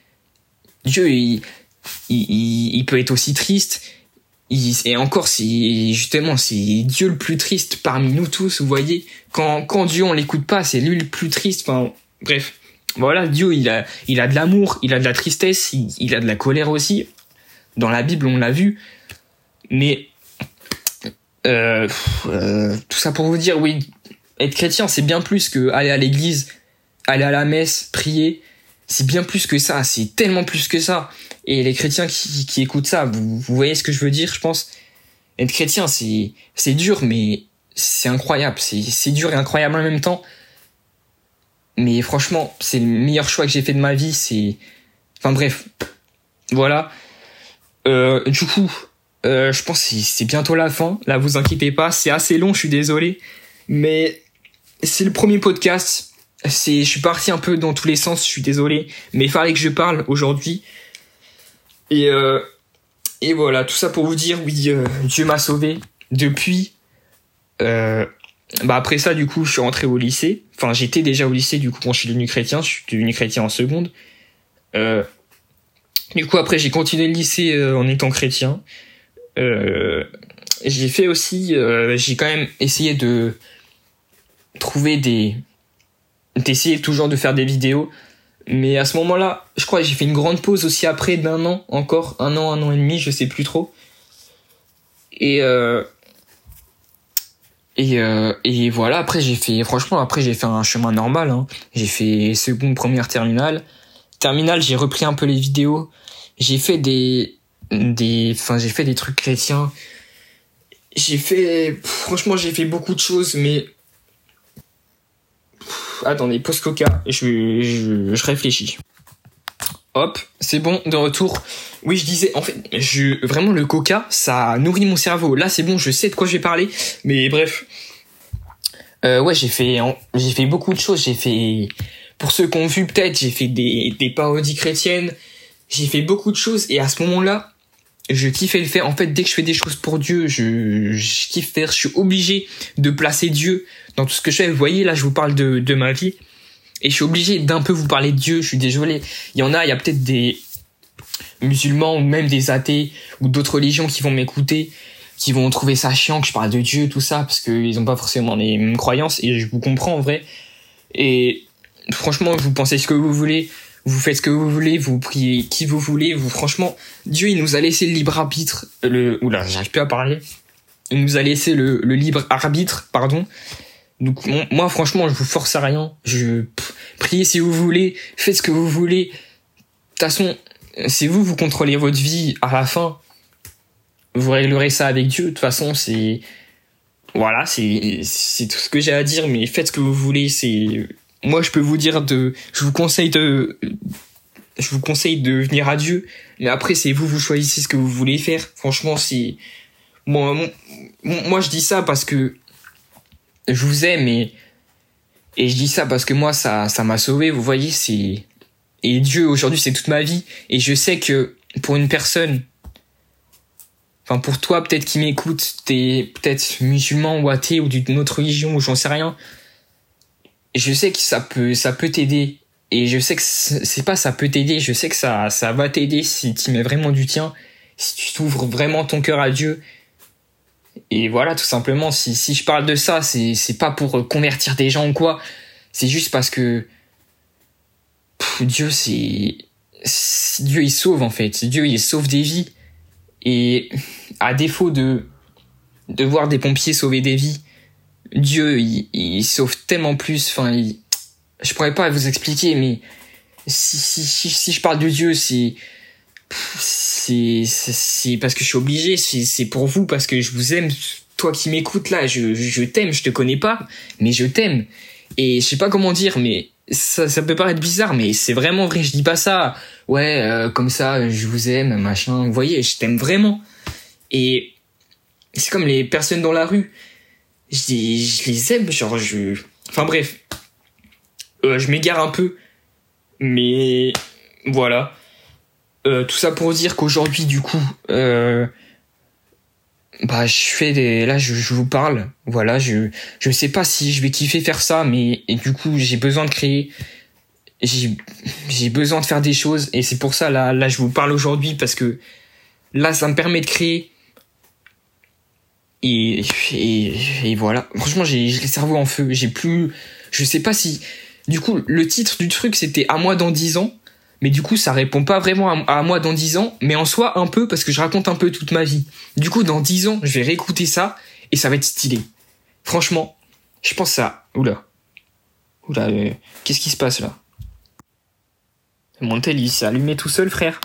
il peut être aussi triste. Et encore, c'est Dieu le plus triste parmi nous tous, vous voyez. Quand Dieu, on l'écoute pas, c'est lui le plus triste. Enfin, bref. Voilà, Dieu, il a de l'amour, il a de la tristesse, il a de la colère aussi. Dans la Bible, on l'a vu. Mais, tout ça pour vous dire, oui, être chrétien, c'est bien plus que aller à l'église, aller à la messe, prier. C'est bien plus que ça, c'est tellement plus que ça. Et les chrétiens qui écoutent ça, vous voyez ce que je veux dire, je pense. Être chrétien, c'est dur, mais c'est incroyable. C'est dur et incroyable en même temps. Mais franchement, c'est le meilleur choix que j'ai fait de ma vie. Enfin bref, voilà. Du coup, je pense que c'est bientôt la fin. Là, vous inquiétez pas, c'est assez long, je suis désolé. Mais c'est le premier podcast. Je suis parti un peu dans tous les sens, je suis désolé, mais il fallait que je parle aujourd'hui. Et voilà, tout ça pour vous dire, oui, Dieu m'a sauvé. Depuis, après ça, du coup, je suis rentré au lycée. Enfin, j'étais déjà au lycée, du coup, quand je suis devenu chrétien. Je suis devenu chrétien en seconde. Du coup, après, j'ai continué le lycée en étant chrétien. J'ai fait aussi, j'ai quand même essayé d'essayer toujours de faire des vidéos. Mais à ce moment-là, je crois que j'ai fait une grande pause aussi après d'un an, encore un an et demi, je sais plus trop. Et voilà, après j'ai fait un chemin normal, hein. J'ai fait seconde, première, terminale. Terminale, j'ai repris un peu les vidéos. J'ai fait des trucs chrétiens. Franchement, j'ai fait beaucoup de choses, mais attendez, pause coca, je réfléchis. Hop, c'est bon, de retour. Oui, je disais, en fait, vraiment le coca, ça nourrit mon cerveau. Là, c'est bon, je sais de quoi je vais parler, mais bref. Ouais, j'ai fait beaucoup de choses. Pour ceux qui ont vu peut-être, j'ai fait des parodies chrétiennes. J'ai fait beaucoup de choses, et à ce moment-là, je kiffais le faire. En fait, dès que je fais des choses pour Dieu, je kiffe faire. Je suis obligé de placer Dieu dans tout ce que je fais. Vous voyez, là, je vous parle de ma vie. Et je suis obligé d'un peu vous parler de Dieu. Je suis désolé. Il y a peut-être musulmans ou même des athées ou d'autres religions qui vont m'écouter, qui vont trouver ça chiant que je parle de Dieu, tout ça, parce qu'ils ont pas forcément les mêmes croyances, et je vous comprends en vrai. Et franchement, vous pensez ce que vous voulez, vous faites ce que vous voulez, vous priez qui vous voulez, franchement, Dieu, il nous a laissé le libre arbitre, oula, j'arrive plus à parler. Il nous a laissé le libre arbitre, pardon. Donc, moi, franchement, je vous force à rien. Priez si vous voulez, faites ce que vous voulez. De toute façon, c'est vous contrôlez votre vie à la fin. Vous réglerez ça avec Dieu. De toute façon, c'est tout ce que j'ai à dire, mais faites ce que vous voulez. Moi, je peux vous dire je vous conseille de venir à Dieu, mais après, c'est vous choisissez ce que vous voulez faire. Franchement, moi, je dis ça parce que je vous aime, et je dis ça parce que moi, ça m'a sauvé, vous voyez, et Dieu, aujourd'hui, c'est toute ma vie, et je sais que pour une personne, enfin, pour toi, peut-être qui m'écoute, t'es peut-être musulman ou athée ou d'une autre religion ou j'en sais rien, je sais que ça peut t'aider, et je sais que c'est pas ça peut t'aider, je sais que ça va t'aider si tu mets vraiment du tien, si tu t'ouvres vraiment ton cœur à Dieu. Et voilà, tout simplement, si je parle de ça, c'est pas pour convertir des gens ou quoi, c'est juste parce que Dieu, Dieu, il sauve, en fait. Dieu, il sauve des vies. Et à défaut de voir des pompiers sauver des vies, Dieu, il sauve tellement plus. Enfin, je pourrais pas vous expliquer, mais si je parle de Dieu, c'est parce que je suis obligé, c'est pour vous, parce que je vous aime. Toi qui m'écoutes là, je t'aime, je te connais pas, mais je t'aime. Et je sais pas comment dire, mais ça peut paraître bizarre, mais c'est vraiment vrai, je dis pas ça, ouais, comme ça, je vous aime, machin, vous voyez, je t'aime vraiment. Et c'est comme les personnes dans la rue, je les aime, genre, enfin bref, je m'égare un peu, mais voilà. Tout ça pour dire qu'aujourd'hui, du coup, je vous parle, voilà, je sais pas si je vais kiffer faire ça, mais du coup, j'ai besoin de créer, j'ai besoin de faire des choses, et c'est pour ça, là, je vous parle aujourd'hui, parce que là, ça me permet de créer, et voilà. Franchement, j'ai le cerveau en feu, je sais pas si, du coup, le titre du truc, c'était « À moi dans 10 ans », mais du coup, ça répond pas vraiment à moi dans 10 ans, mais en soi, un peu, parce que je raconte un peu toute ma vie. Du coup, dans 10 ans, je vais réécouter ça, et ça va être stylé. Franchement, je pense ça. Oula, qu'est-ce qui se passe, là? Mon tel, il s'est allumé tout seul, frère.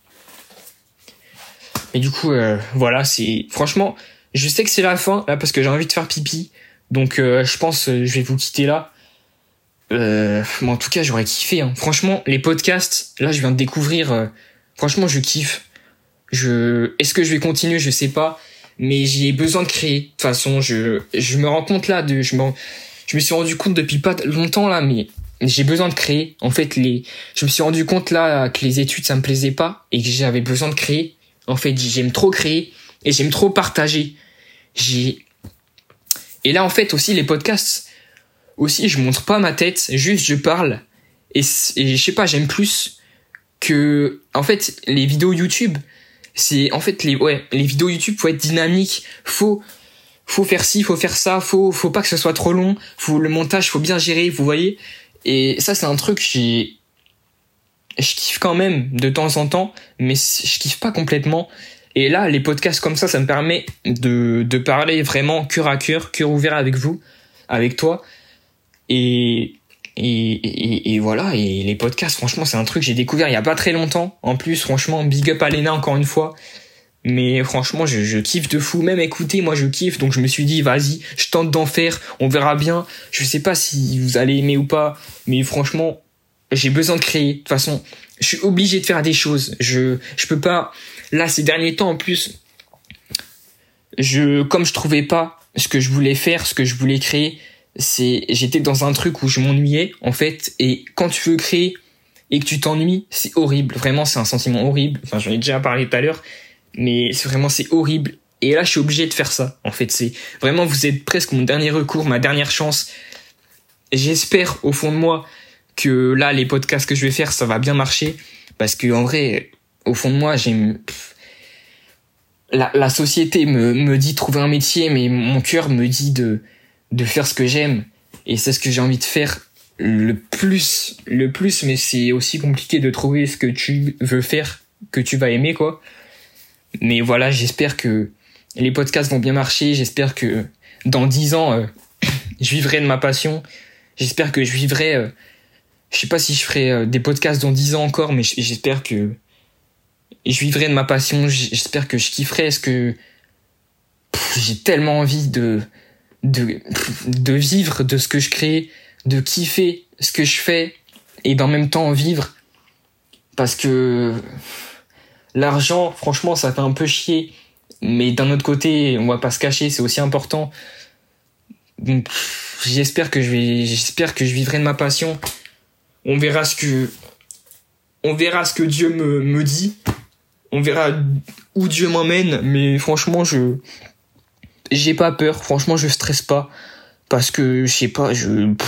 Mais du coup, voilà, franchement, je sais que c'est la fin, là, parce que j'ai envie de faire pipi. Donc, je pense, je vais vous quitter là. Mais en tout cas, j'aurais kiffé, hein. Franchement, les podcasts, là, je viens de découvrir, franchement, je kiffe. Est-ce que je vais continuer? Je sais pas. Mais j'ai besoin de créer. De toute façon, je me rends compte là je me suis rendu compte depuis pas longtemps là, mais j'ai besoin de créer. En fait, je me suis rendu compte là que les études, ça me plaisait pas et que j'avais besoin de créer. En fait, j'aime trop créer et j'aime trop partager. Et là, en fait, aussi, les podcasts, aussi, je montre pas ma tête, juste je parle. Et je sais pas, j'aime plus que, en fait, les vidéos YouTube, c'est, en fait, les vidéos YouTube, faut être dynamique, faut faire ci, faut faire ça, faut pas que ce soit trop long, le montage, faut bien gérer, vous voyez. Et ça, c'est un truc, je kiffe quand même de temps en temps, mais je kiffe pas complètement. Et là, les podcasts comme ça me permet de parler vraiment cœur à cœur ouvert avec vous, avec toi. Et voilà, et les podcasts, franchement, c'est un truc que j'ai découvert il y a pas très longtemps. En plus, franchement, big up à Léna encore une fois. Mais franchement, je kiffe de fou. Même écouter, moi je kiffe. Donc je me suis dit, vas-y, je tente d'en faire. On verra bien. Je sais pas si vous allez aimer ou pas. Mais franchement, j'ai besoin de créer. De toute façon, je suis obligé de faire des choses. Je peux pas. Là, ces derniers temps, en plus, comme je trouvais pas ce que je voulais faire, ce que je voulais créer, j'étais dans un truc où je m'ennuyais, en fait. Et quand tu veux créer et que tu t'ennuies, c'est horrible. Vraiment, c'est un sentiment horrible. Enfin, j'en ai déjà parlé tout à l'heure. Mais c'est horrible. Et là, je suis obligé de faire ça. En fait, c'est vraiment, vous êtes presque mon dernier recours, ma dernière chance. J'espère au fond de moi que là, les podcasts que je vais faire, ça va bien marcher. Parce que en vrai, au fond de moi, la société me dit de trouver un métier, mais mon cœur me dit de faire ce que j'aime. Et c'est ce que j'ai envie de faire le plus, mais c'est aussi compliqué de trouver ce que tu veux faire, que tu vas aimer, quoi. Mais voilà, j'espère que les podcasts vont bien marcher, j'espère que dans 10 ans, je vivrai de ma passion, j'espère que je vivrai, je sais pas si je ferai des podcasts dans 10 ans encore, mais j'espère que je vivrai de ma passion, j'espère que je kifferai, ce que j'ai tellement envie de vivre de ce que je crée, de kiffer ce que je fais et d'en même temps en vivre, parce que l'argent, franchement, ça fait un peu chier, mais d'un autre côté, on va pas se cacher, c'est aussi important. Donc, j'espère que je vivrai de ma passion. On verra ce que Dieu me dit. On verra où Dieu m'emmène, mais franchement, j'ai pas peur. Franchement, je stresse pas, parce que je sais pas,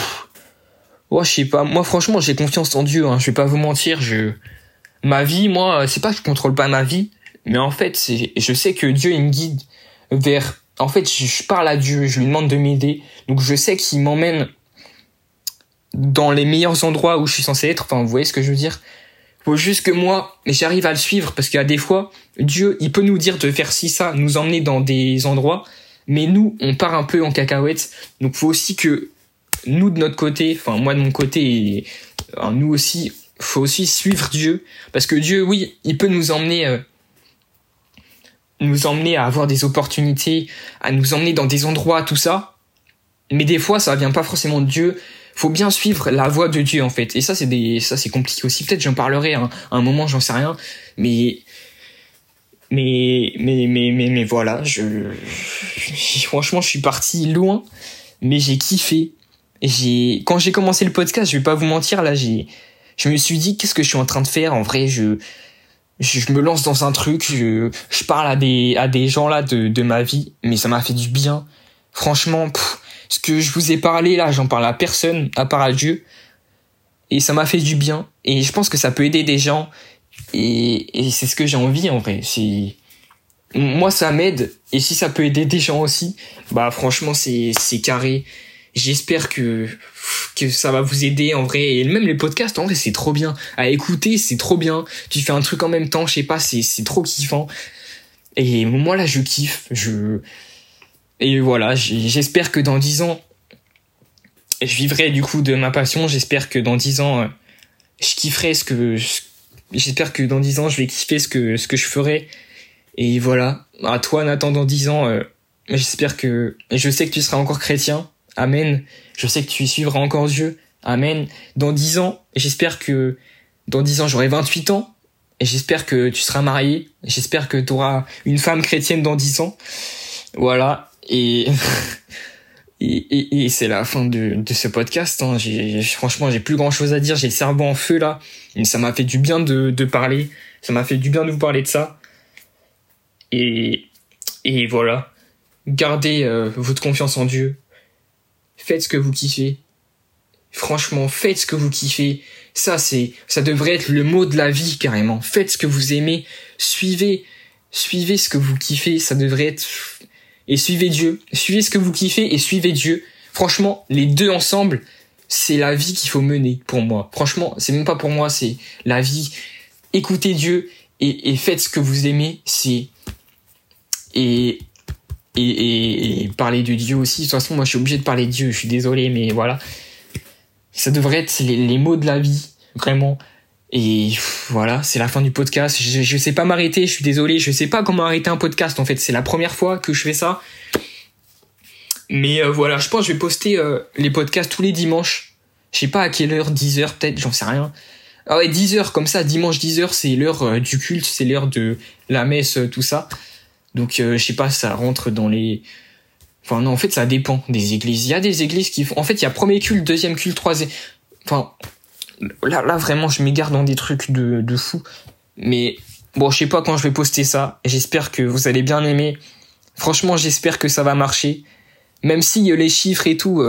moi, franchement, j'ai confiance en Dieu, hein. Je vais pas vous mentir, ma vie, moi, c'est pas que je contrôle pas ma vie, mais en fait, je sais que Dieu, il me guide vers, en fait, je parle à Dieu, je lui demande de m'aider, donc je sais qu'il m'emmène dans les meilleurs endroits où je suis censé être, enfin, vous voyez ce que je veux dire? Faut juste que moi, j'arrive à le suivre, parce qu'il y a des fois, Dieu, il peut nous dire de faire ci, ça, nous emmener dans des endroits, mais nous, on part un peu en cacahuète, donc faut aussi que nous, de notre côté, enfin, moi de mon côté, et nous aussi, faut aussi suivre Dieu, parce que Dieu, oui, il peut nous emmener à avoir des opportunités, à nous emmener dans des endroits, tout ça, mais des fois, ça vient pas forcément de Dieu. Faut bien suivre la voie de Dieu, en fait. Et ça, c'est compliqué aussi. Peut-être j'en parlerai à un moment, j'en sais rien. Mais voilà, franchement, je suis parti loin, mais j'ai kiffé. Quand j'ai commencé le podcast, je vais pas vous mentir, là, je me suis dit, qu'est-ce que je suis en train de faire? En vrai, je me lance dans un truc, je parle à des gens là de ma vie, mais ça m'a fait du bien. Franchement, ce que je vous ai parlé là, j'en parle à personne, à part à Dieu. Et ça m'a fait du bien. Et je pense que ça peut aider des gens. Et c'est ce que j'ai envie, en vrai. Moi, ça m'aide. Et si ça peut aider des gens aussi, bah, franchement, c'est carré. J'espère que ça va vous aider, en vrai. Et même les podcasts, en vrai, c'est trop bien. À écouter, c'est trop bien. Tu fais un truc en même temps, je sais pas, c'est trop kiffant. Et moi, là, je kiffe. Et voilà, j'espère que dans 10 ans, je vivrai du coup de ma passion. J'espère que dans 10 ans, je kifferai j'espère que dans 10 ans, je vais kiffer ce que je ferai. Et voilà. À toi, Nathan, dans 10 ans, je sais que tu seras encore chrétien. Amen. Je sais que tu suivras encore Dieu. Amen. Dans 10 ans, j'espère que dans 10 ans, j'aurai 28 ans. Et j'espère que tu seras marié. J'espère que tu auras une femme chrétienne dans 10 ans. Voilà. Et c'est la fin de ce podcast, hein. Franchement, j'ai plus grand chose à dire. J'ai le cerveau en feu, là. Et ça m'a fait du bien de parler. Ça m'a fait du bien de vous parler de ça. Et voilà. Gardez votre confiance en Dieu. Faites ce que vous kiffez. Franchement, faites ce que vous kiffez. Ça devrait être le mot de la vie, carrément. Faites ce que vous aimez. Suivez ce que vous kiffez. Ça devrait être... Et suivez Dieu. Suivez ce que vous kiffez et suivez Dieu. Franchement, les deux ensemble, c'est la vie qu'il faut mener pour moi. Franchement, c'est même pas pour moi, c'est la vie. Écoutez Dieu et faites ce que vous aimez. Et parler de Dieu aussi. De toute façon, moi, je suis obligé de parler de Dieu. Je suis désolé, mais voilà. Ça devrait être les mots de la vie, vraiment. Et voilà, c'est la fin du podcast. Je sais pas m'arrêter, je suis désolé. Je sais pas comment arrêter un podcast, en fait. C'est la première fois que je fais ça. Mais voilà, je pense que je vais poster les podcasts tous les dimanches. Je sais pas à quelle heure, 10h peut-être, j'en sais rien. Ah ouais, 10h, comme ça, dimanche 10h, c'est l'heure du culte, c'est l'heure de la messe, tout ça. Donc, je sais pas, ça rentre dans les... Enfin, non, en fait, ça dépend des églises. Il y a des églises qui font... En fait, il y a premier culte, deuxième culte, troisième... Enfin... Là, vraiment, je m'égare dans des trucs de fou. Mais bon, je sais pas quand je vais poster ça. J'espère que vous allez bien aimer. Franchement, j'espère que ça va marcher. Même si les chiffres et tout,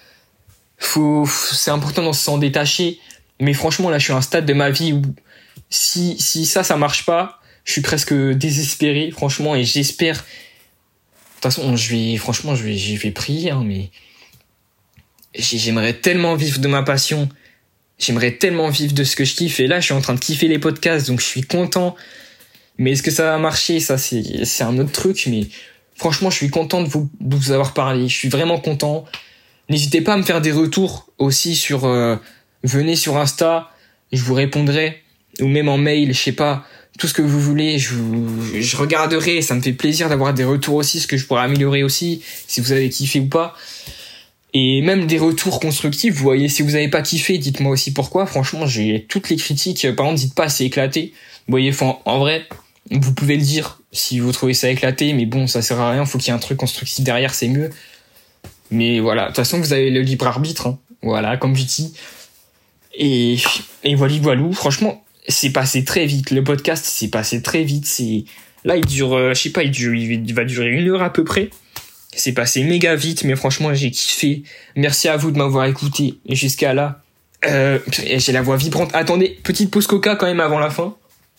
c'est important de s'en détacher. Mais franchement, là, je suis à un stade de ma vie où si ça marche pas, je suis presque désespéré, franchement, et j'espère. De toute façon, je vais prier, hein, mais j'aimerais tellement vivre de ma passion. J'aimerais tellement vivre de ce que je kiffe. Et là, je suis en train de kiffer les podcasts, donc je suis content. Mais est-ce que ça va marcher? Ça, c'est un autre truc. Mais franchement, je suis content de vous avoir parlé. Je suis vraiment content. N'hésitez pas à me faire des retours aussi sur... venez sur Insta, je vous répondrai. Ou même en mail, je sais pas. Tout ce que vous voulez, je regarderai. Ça me fait plaisir d'avoir des retours aussi, ce que je pourrais améliorer aussi, si vous avez kiffé ou pas. Et même des retours constructifs, vous voyez, si vous avez pas kiffé, dites-moi aussi pourquoi. Franchement, j'ai toutes les critiques. Par exemple, dites pas c'est éclaté. Vous voyez, en vrai, vous pouvez le dire si vous trouvez ça éclaté, mais bon, ça sert à rien. Faut qu'il y ait un truc constructif derrière, c'est mieux. Mais voilà, de toute façon, vous avez le libre arbitre. Hein. Voilà, comme je dis. Et voilà. Franchement, c'est passé très vite. Le podcast, c'est passé très vite. Là, il dure, je sais pas, il va durer 1 heure à peu près. C'est passé méga vite, mais franchement, j'ai kiffé. Merci à vous de m'avoir écouté jusqu'à là. J'ai la voix vibrante. Attendez, petite pause coca quand même avant la fin.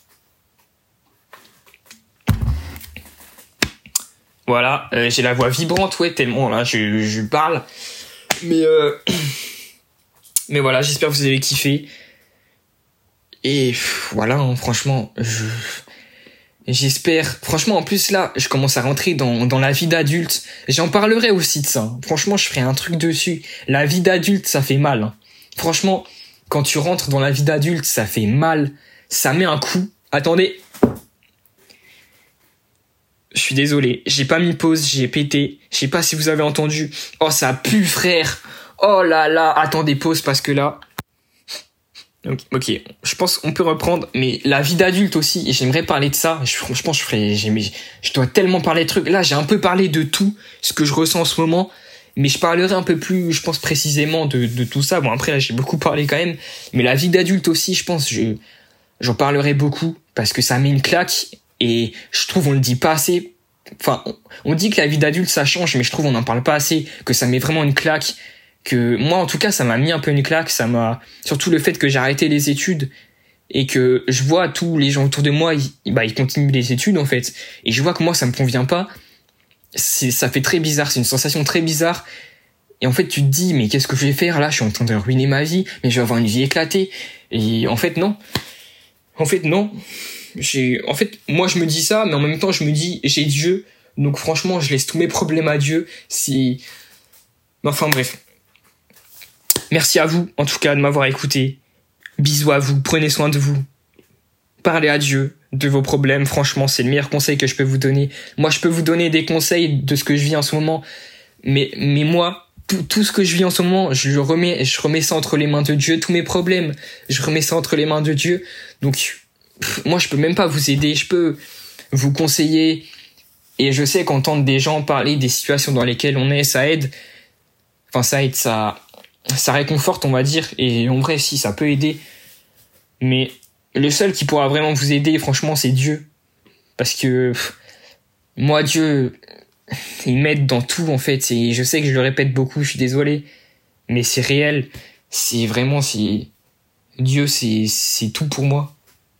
Voilà, j'ai la voix vibrante, ouais, tellement là, je parle. Mais voilà, j'espère que vous avez kiffé. Et voilà, hein, franchement, j'espère. Franchement, en plus là, je commence à rentrer dans la vie d'adulte. J'en parlerai aussi de ça. Franchement, je ferai un truc dessus. La vie d'adulte, ça fait mal. Hein. Franchement, quand tu rentres dans la vie d'adulte, ça fait mal. Ça met un coup. Attendez. Je suis désolé. J'ai pas mis pause, j'ai pété. Je sais pas si vous avez entendu. Oh, ça pue, frère. Oh là là. Attendez, pause parce que là... Ok, je pense qu'on peut reprendre, mais la vie d'adulte aussi, j'aimerais parler de ça. Franchement, je dois tellement parler de trucs. Là, j'ai un peu parlé de tout ce que je ressens en ce moment, mais je parlerai un peu plus, je pense précisément de tout ça. Bon, après là, j'ai beaucoup parlé quand même, mais la vie d'adulte aussi, je pense, j'en parlerai beaucoup parce que ça met une claque et je trouve on le dit pas assez. Enfin, on dit que la vie d'adulte ça change, mais je trouve on n'en parle pas assez, que ça met vraiment une claque. Que moi en tout cas ça m'a mis un peu une claque, ça m'a surtout le fait que j'ai arrêté les études et que je vois tous les gens autour de moi ils continuent les études en fait et je vois que moi ça me convient pas, ça fait très bizarre, c'est une sensation très bizarre et en fait tu te dis mais qu'est-ce que je vais faire là, je suis en train de ruiner ma vie, mais je vais avoir une vie éclatée et en fait non moi je me dis ça mais en même temps je me dis j'ai Dieu donc franchement je laisse tous mes problèmes à Dieu enfin bref. Merci à vous, en tout cas, de m'avoir écouté. Bisous à vous, prenez soin de vous. Parlez à Dieu de vos problèmes, franchement, c'est le meilleur conseil que je peux vous donner. Moi, je peux vous donner des conseils de ce que je vis en ce moment, mais moi, tout ce que je vis en ce moment, je remets ça entre les mains de Dieu, tous mes problèmes, je remets ça entre les mains de Dieu. Donc, moi, je peux même pas vous aider, je peux vous conseiller, et je sais qu'entendre des gens parler des situations dans lesquelles on est, ça aide. Enfin, ça réconforte, on va dire, et en vrai, si, ça peut aider. Mais le seul qui pourra vraiment vous aider, franchement, c'est Dieu. Parce que moi, Dieu, il m'aide dans tout, en fait. Et je sais que je le répète beaucoup, je suis désolé. Mais c'est réel. Dieu, c'est tout pour moi.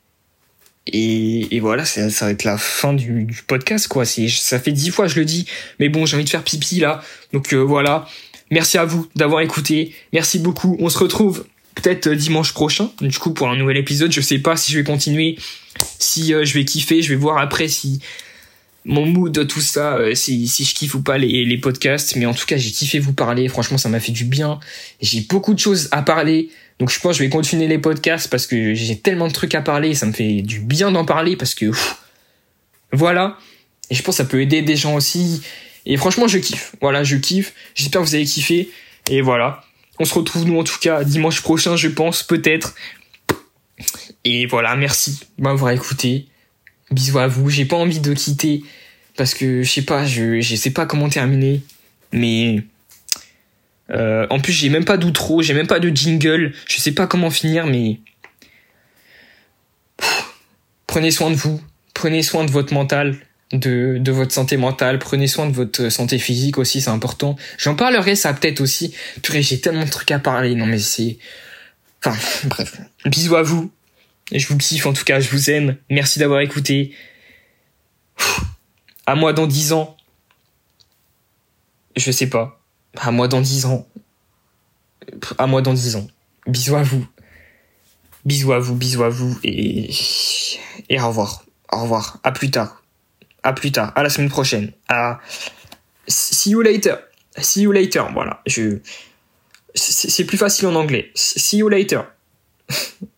Et voilà, ça va être la fin du podcast, quoi. Ça fait 10 fois que je le dis. Mais bon, j'ai envie de faire pipi, là. Donc voilà. Merci à vous d'avoir écouté. Merci beaucoup. On se retrouve peut-être dimanche prochain. Du coup, pour un nouvel épisode. Je sais pas si je vais continuer. Si je vais kiffer. Je vais voir après si mon mood, tout ça, si je kiffe ou pas les podcasts. Mais en tout cas, j'ai kiffé vous parler. Franchement, ça m'a fait du bien. J'ai beaucoup de choses à parler. Donc je pense que je vais continuer les podcasts parce que j'ai tellement de trucs à parler. Ça me fait du bien d'en parler parce que... voilà. Et je pense que ça peut aider des gens aussi. Et franchement, je kiffe. Voilà, je kiffe. J'espère que vous avez kiffé. Et voilà. On se retrouve, nous, en tout cas, dimanche prochain, je pense, peut-être. Et voilà, merci de m'avoir écouté. Bisous à vous. J'ai pas envie de quitter parce que, je sais pas, je sais pas comment terminer. Mais... en plus, j'ai même pas d'outro, j'ai même pas de jingle. Je sais pas comment finir, mais... Prenez soin de vous. Prenez soin de votre mental. De votre santé mentale, prenez soin de votre santé physique aussi, c'est important. J'en parlerai ça peut-être aussi. Purée, j'ai tellement de trucs à parler, non mais c'est... Enfin, bref. Bisous à vous, Je vous kiffe en tout cas, je vous aime. Merci d'avoir écouté. À moi dans 10 ans. Je sais pas. À moi dans 10 ans. À moi dans 10 ans. Bisous à vous. Bisous à vous, bisous à vous. Et au revoir. Au revoir. À plus tard. À plus tard. À la semaine prochaine. See you later. See you later. Voilà. C'est plus facile en anglais. See you later.